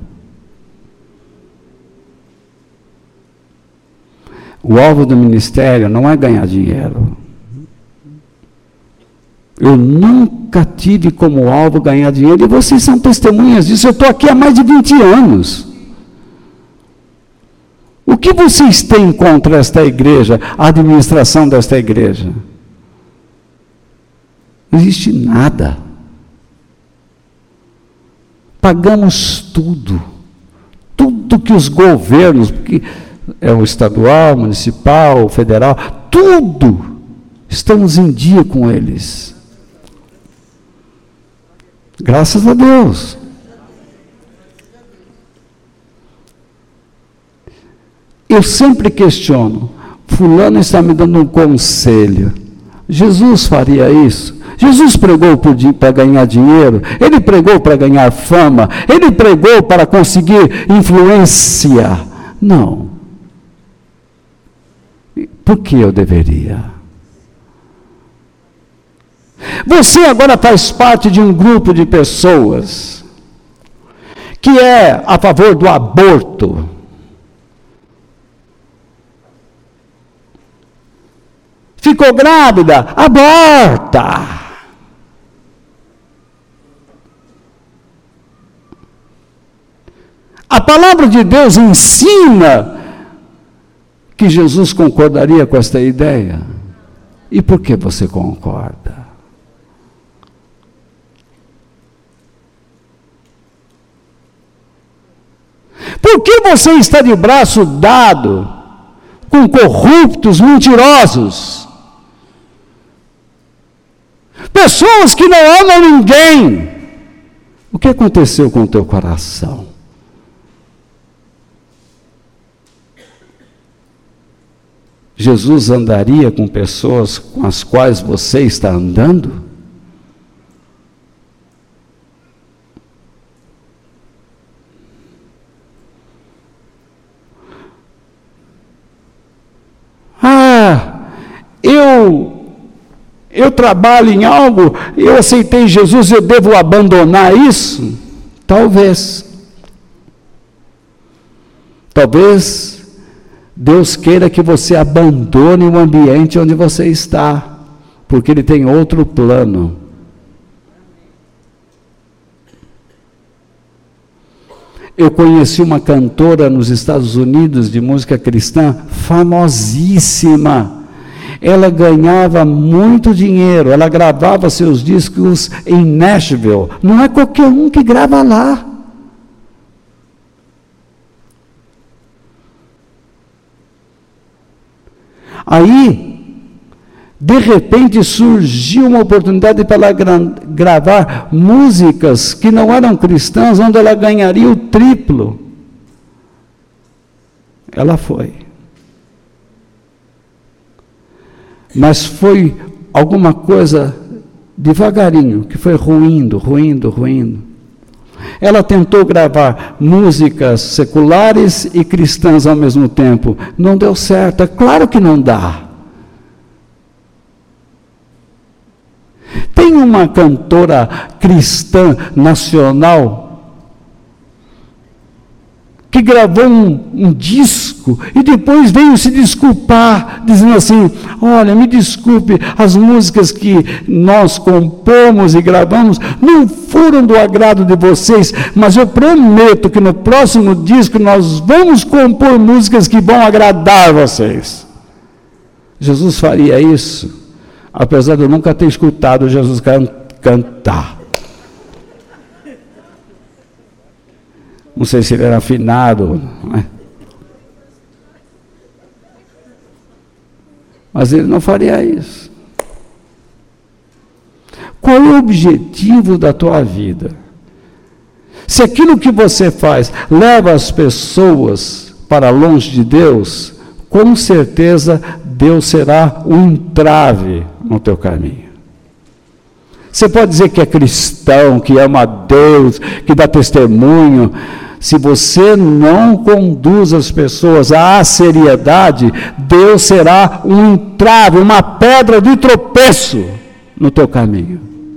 O alvo do ministério não é ganhar dinheiro. Eu nunca tive como alvo ganhar dinheiro, e vocês são testemunhas disso. Eu estou aqui há mais de 20 anos. O que vocês têm contra esta igreja, a administração desta igreja? Não existe nada. Pagamos tudo que os governos, porque é o estadual, municipal, federal, tudo, estamos em dia com eles. Graças a Deus. Eu sempre questiono, fulano está me dando um conselho. Jesus faria isso? Jesus pregou para ganhar dinheiro? Ele pregou para ganhar fama? Ele pregou para conseguir influência? Não. Por que eu deveria? Você agora faz parte de um grupo de pessoas que é a favor do aborto. Ficou grávida? Aborta! A palavra de Deus ensina que Jesus concordaria com esta ideia. E por que você concorda? Por que você está de braço dado com corruptos, mentirosos? Pessoas que não amam ninguém. O que aconteceu com o teu coração? Jesus andaria com pessoas com as quais você está andando? Eu trabalho em algo, eu aceitei Jesus, eu devo abandonar isso? Talvez. Talvez Deus queira que você abandone o ambiente onde você está, porque Ele tem outro plano. Eu conheci uma cantora nos Estados Unidos de música cristã, famosíssima. ela ganhava muito dinheiro, ela gravava seus discos em Nashville. Não é qualquer um que grava lá. Aí, de repente, surgiu uma oportunidade para ela gravar músicas que não eram cristãs, onde ela ganharia o triplo. Ela foi. Mas foi alguma coisa devagarinho, que foi ruindo. Ela tentou gravar músicas seculares e cristãs ao mesmo tempo. Não deu certo, é claro que não dá. Tem uma cantora cristã nacional que gravou um disco e depois veio se desculpar, dizendo assim: olha, me desculpe, as músicas que nós compomos e gravamos não foram do agrado de vocês, mas eu prometo que no próximo disco nós vamos compor músicas que vão agradar vocês. Jesus faria isso, apesar de eu nunca ter escutado Jesus cantar. Não sei se ele era afinado, né? Mas ele não faria isso. Qual é o objetivo da tua vida? Se aquilo que você faz leva as pessoas para longe de Deus, com certeza Deus será um entrave no teu caminho. Você pode dizer que é cristão, que ama a Deus, que dá testemunho. Se você não conduz as pessoas à seriedade, Deus será um entrave, uma pedra de tropeço no teu caminho.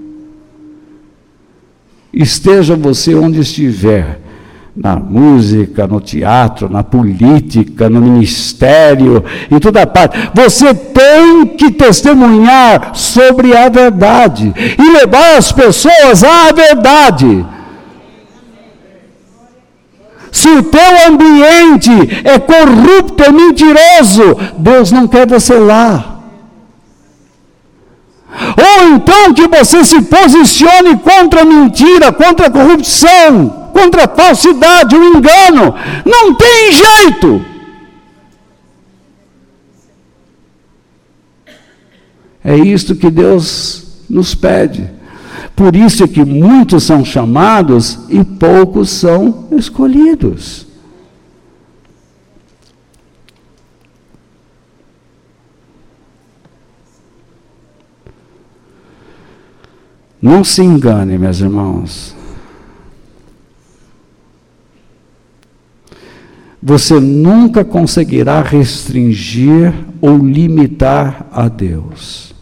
Esteja você onde estiver, na música, no teatro, na política, no ministério, em toda parte, você tem que testemunhar sobre a verdade e levar as pessoas à verdade. Se o teu ambiente é corrupto, é mentiroso, Deus não quer você lá. Ou então que você se posicione contra a mentira, contra a corrupção, contra a falsidade, o engano. Não tem jeito. É isto que Deus nos pede. Por isso é que muitos são chamados e poucos são escolhidos. Não se engane, meus irmãos. Você nunca conseguirá restringir ou limitar a Deus.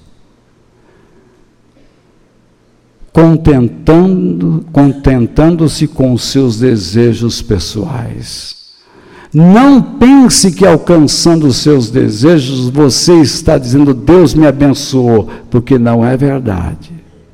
Contentando-se com os seus desejos pessoais. Não pense que alcançando os seus desejos, você está dizendo, Deus me abençoou, porque não é verdade.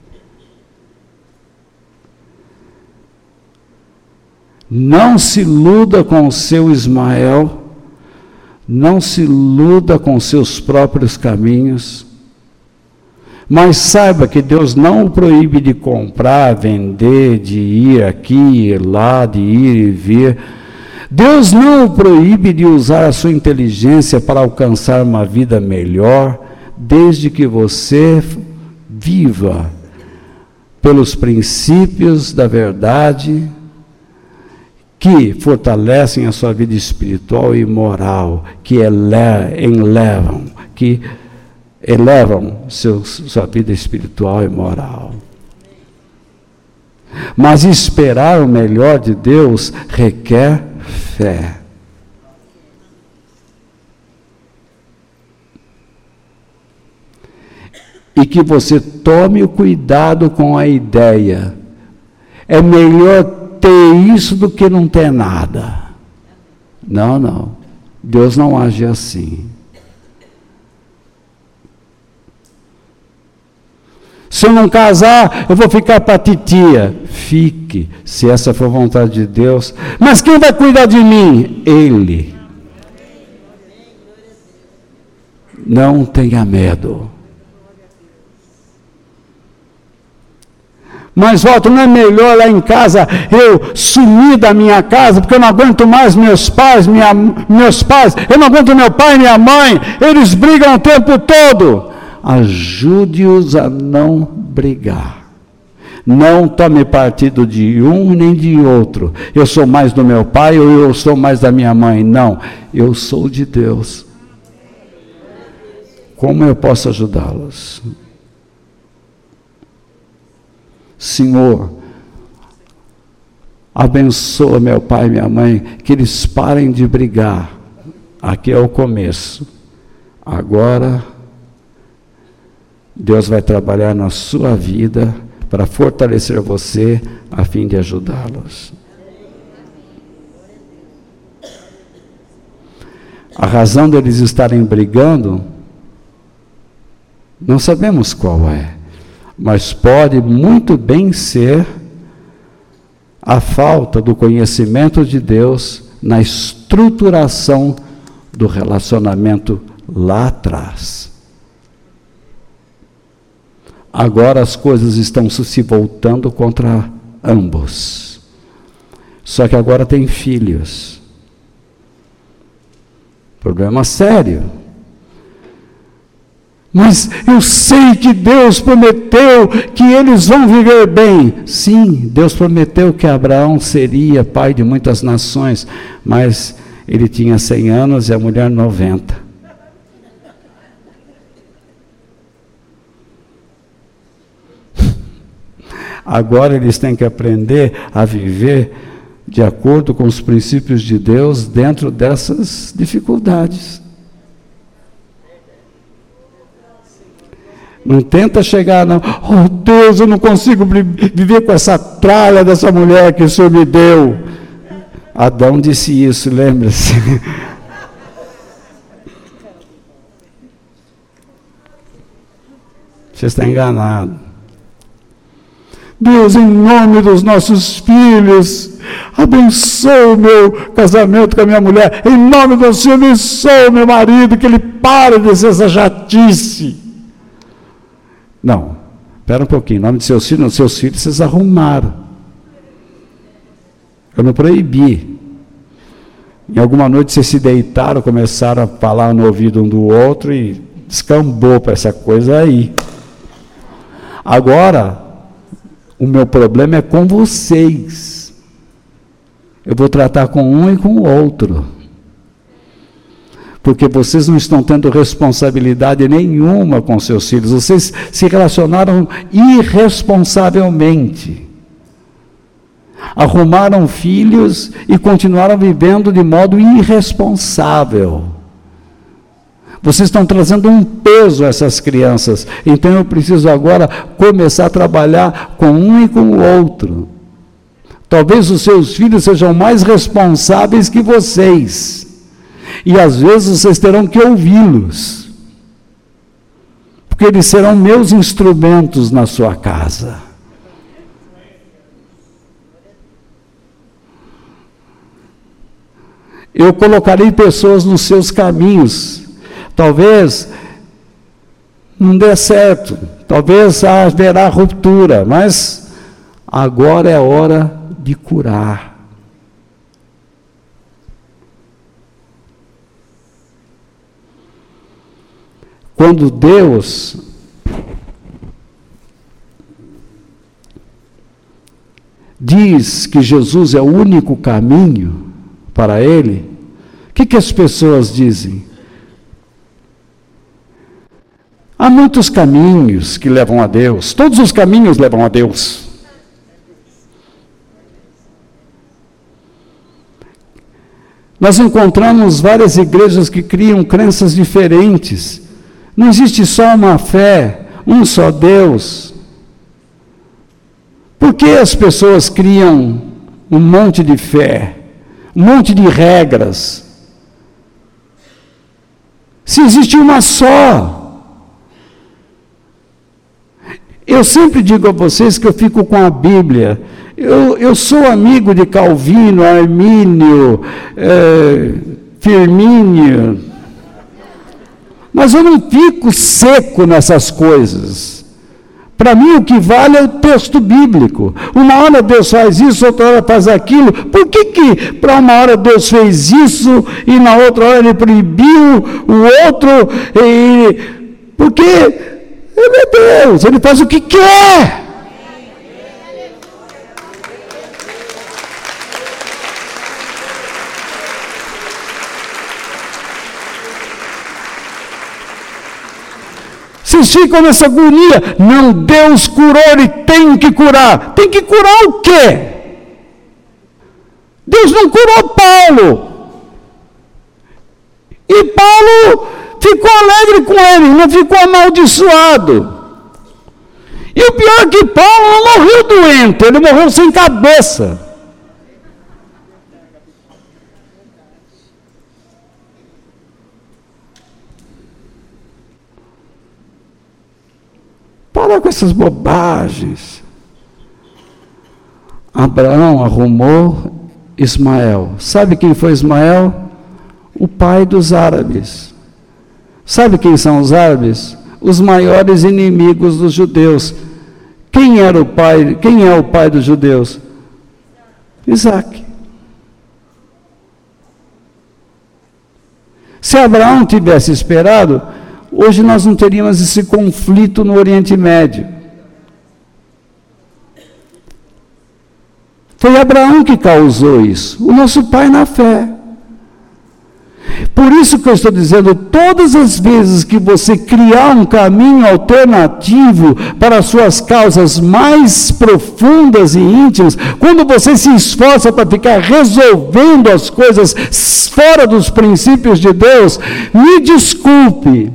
Não se iluda com o seu Ismael, não se iluda com seus próprios caminhos, mas saiba que Deus não o proíbe de comprar, vender, de ir aqui, ir lá, de ir e vir. Deus não o proíbe de usar a sua inteligência para alcançar uma vida melhor, desde que você viva pelos princípios da verdade que fortalecem a sua vida espiritual e moral, que elevam sua vida espiritual e moral. Mas esperar o melhor de Deus requer fé. E que você tome o cuidado com a ideia. É melhor ter isso do que não ter nada. Não. Deus não age assim. Se eu não casar, eu vou ficar para a titia. Fique, se essa for a vontade de Deus. Mas quem vai cuidar de mim? Ele. Não tenha medo. Mas, Walter, não é melhor lá em casa eu sumir da minha casa, porque eu não aguento mais meus pais, eu não aguento meu pai e minha mãe, eles brigam o tempo todo. Ajude-os a não brigar. Não tome partido de um nem de outro. Eu sou mais do meu pai ou eu sou mais da minha mãe. Não, eu sou de Deus. Como eu posso ajudá-los? Senhor, abençoa meu pai e minha mãe, que eles parem de brigar. Aqui é o começo. Agora, Deus vai trabalhar na sua vida para fortalecer você, a fim de ajudá-los. A razão deles estarem brigando, não sabemos qual é. Mas pode muito bem ser a falta do conhecimento de Deus na estruturação do relacionamento lá atrás. Agora as coisas estão se voltando contra ambos. Só que agora tem filhos. Problema sério. Mas eu sei que Deus prometeu que eles vão viver bem. Sim, Deus prometeu que Abraão seria pai de muitas nações, mas ele tinha 100 anos e a mulher 90. Agora eles têm que aprender a viver de acordo com os princípios de Deus dentro dessas dificuldades. Não tenta chegar, não. Oh Deus, eu não consigo viver com essa tralha dessa mulher que o Senhor me deu. Adão disse isso, lembra-se? Você está enganado. Deus, em nome dos nossos filhos, abençoa o meu casamento com a minha mulher. Em nome do Senhor, abençoa o meu marido, que ele pare de ser essa chatice. Não, espera um pouquinho, em nome de seus filhos, vocês arrumaram. Eu não proibi. Em alguma noite vocês se deitaram, começaram a falar no ouvido um do outro e descambou para essa coisa aí. Agora, o meu problema é com vocês. Eu vou tratar com um e com o outro. Porque vocês não estão tendo responsabilidade nenhuma com seus filhos. Vocês se relacionaram irresponsavelmente. Arrumaram filhos e continuaram vivendo de modo irresponsável. Vocês estão trazendo um peso a essas crianças. Então eu preciso agora começar a trabalhar com um e com o outro. Talvez os seus filhos sejam mais responsáveis que vocês. E às vezes vocês terão que ouvi-los. Porque eles serão meus instrumentos na sua casa. Eu colocarei pessoas nos seus caminhos. Talvez não dê certo. Talvez haverá ruptura. Mas agora é a hora de curar. Quando Deus diz que Jesus é o único caminho para Ele, o que as pessoas dizem? Há muitos caminhos que levam a Deus, todos os caminhos levam a Deus. Nós encontramos várias igrejas que criam crenças diferentes. Não existe só uma fé, um só Deus. Por que as pessoas criam um monte de fé, um monte de regras? Se existe uma só. Eu sempre digo a vocês que eu fico com a Bíblia. Eu sou amigo de Calvino, Armínio, Firmínio. Mas eu não fico seco nessas coisas. Para mim o que vale é o texto bíblico. Uma hora Deus faz isso, outra hora faz aquilo. Por que para uma hora Deus fez isso e na outra hora Ele proibiu o outro? Porque Ele é Deus, Ele faz o que quer. Vocês ficam nessa agonia. Não, Deus curou, Ele tem que curar. Tem que curar o quê? Deus não curou Paulo. E Paulo ficou alegre com ele, não ficou amaldiçoado. E o pior é que Paulo não morreu doente, ele morreu sem cabeça. Para com essas bobagens. Abraão arrumou Ismael. Sabe quem foi Ismael? O pai dos árabes. Sabe quem são os árabes? Os maiores inimigos dos judeus. Quem era o pai? Quem é o pai dos judeus? Isaac. Se Abraão tivesse esperado, hoje nós não teríamos esse conflito no Oriente Médio. Foi Abraão que causou isso, o nosso pai na fé. Por isso que eu estou dizendo, todas as vezes que você criar um caminho alternativo para as suas causas mais profundas e íntimas, quando você se esforça para ficar resolvendo as coisas fora dos princípios de Deus, me desculpe,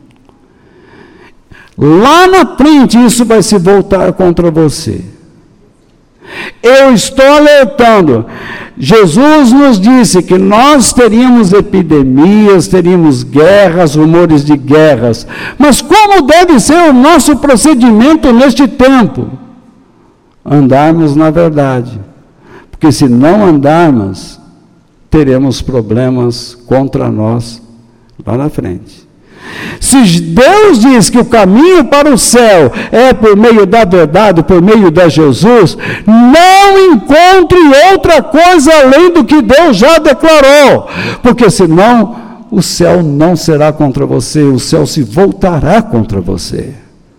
lá na frente isso vai se voltar contra você. Eu estou alertando. Jesus nos disse que nós teríamos epidemias, teríamos guerras, rumores de guerras. Mas como deve ser o nosso procedimento neste tempo? Andarmos na verdade. Porque se não andarmos, teremos problemas contra nós lá na frente. Se Deus diz que o caminho para o céu é por meio da verdade, por meio de Jesus, não encontre outra coisa além do que Deus já declarou, porque senão o céu não será contra você, o céu se voltará contra você.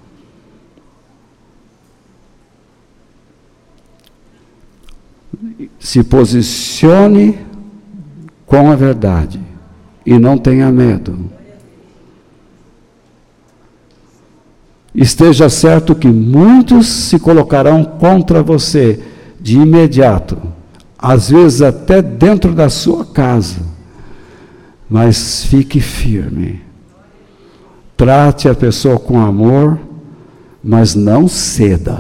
Se posicione com a verdade e não tenha medo. Esteja certo que muitos se colocarão contra você de imediato, às vezes até dentro da sua casa, mas fique firme. Trate a pessoa com amor, mas não ceda.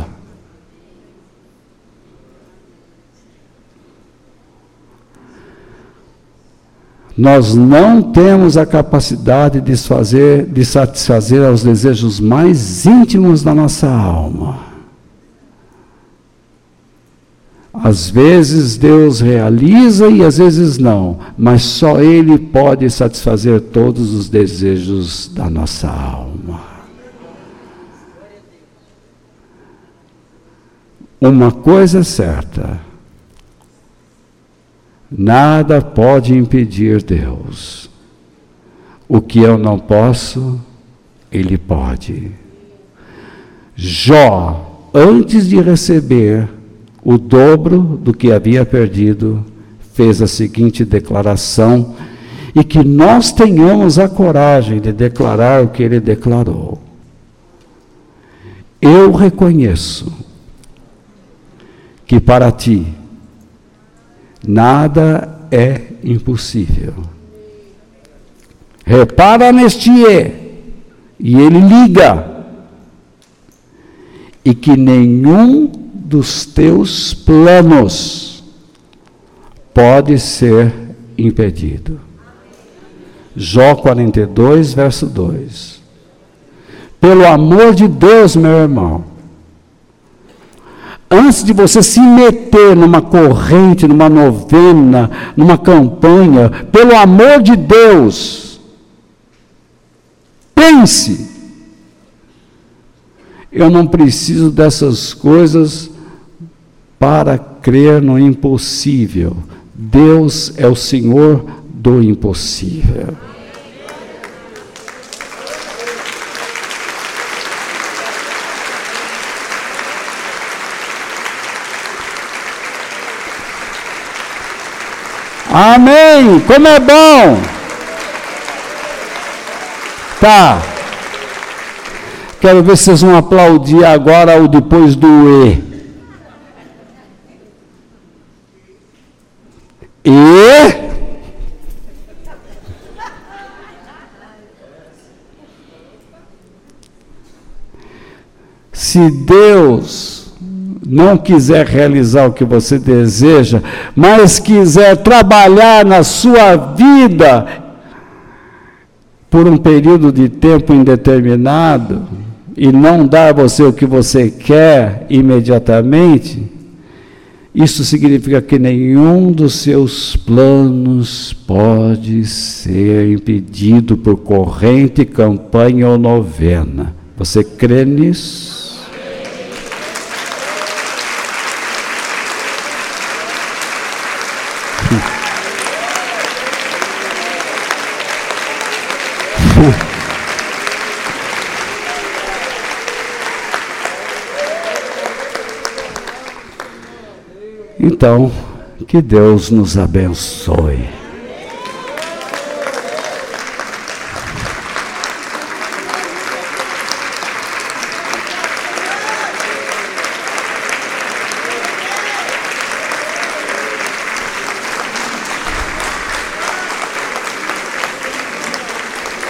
Nós não temos a capacidade de satisfazer aos desejos mais íntimos da nossa alma. Às vezes Deus realiza e às vezes não, mas só Ele pode satisfazer todos os desejos da nossa alma. Uma coisa é certa. Nada pode impedir Deus. O que eu não posso, Ele pode. Jó, antes de receber o dobro do que havia perdido, fez a seguinte declaração, e que nós tenhamos a coragem de declarar o que ele declarou. Eu reconheço que para ti nada é impossível. Repara neste e ele liga. E que nenhum dos teus planos pode ser impedido. Jó 42, verso 2. Pelo amor de Deus, meu irmão, antes de você se meter numa corrente, numa novena, numa campanha, pelo amor de Deus, Pense. Eu não preciso dessas coisas para crer no impossível. Deus é o Senhor do impossível. Amém! Como é bom! Tá. Quero ver se vocês vão aplaudir agora ou depois do E. E. Se Deus não quiser realizar o que você deseja, mas quiser trabalhar na sua vida por um período de tempo indeterminado e não dar a você o que você quer imediatamente, isso significa que nenhum dos seus planos pode ser impedido por corrente, campanha ou novena. Você crê nisso? Então, que Deus nos abençoe.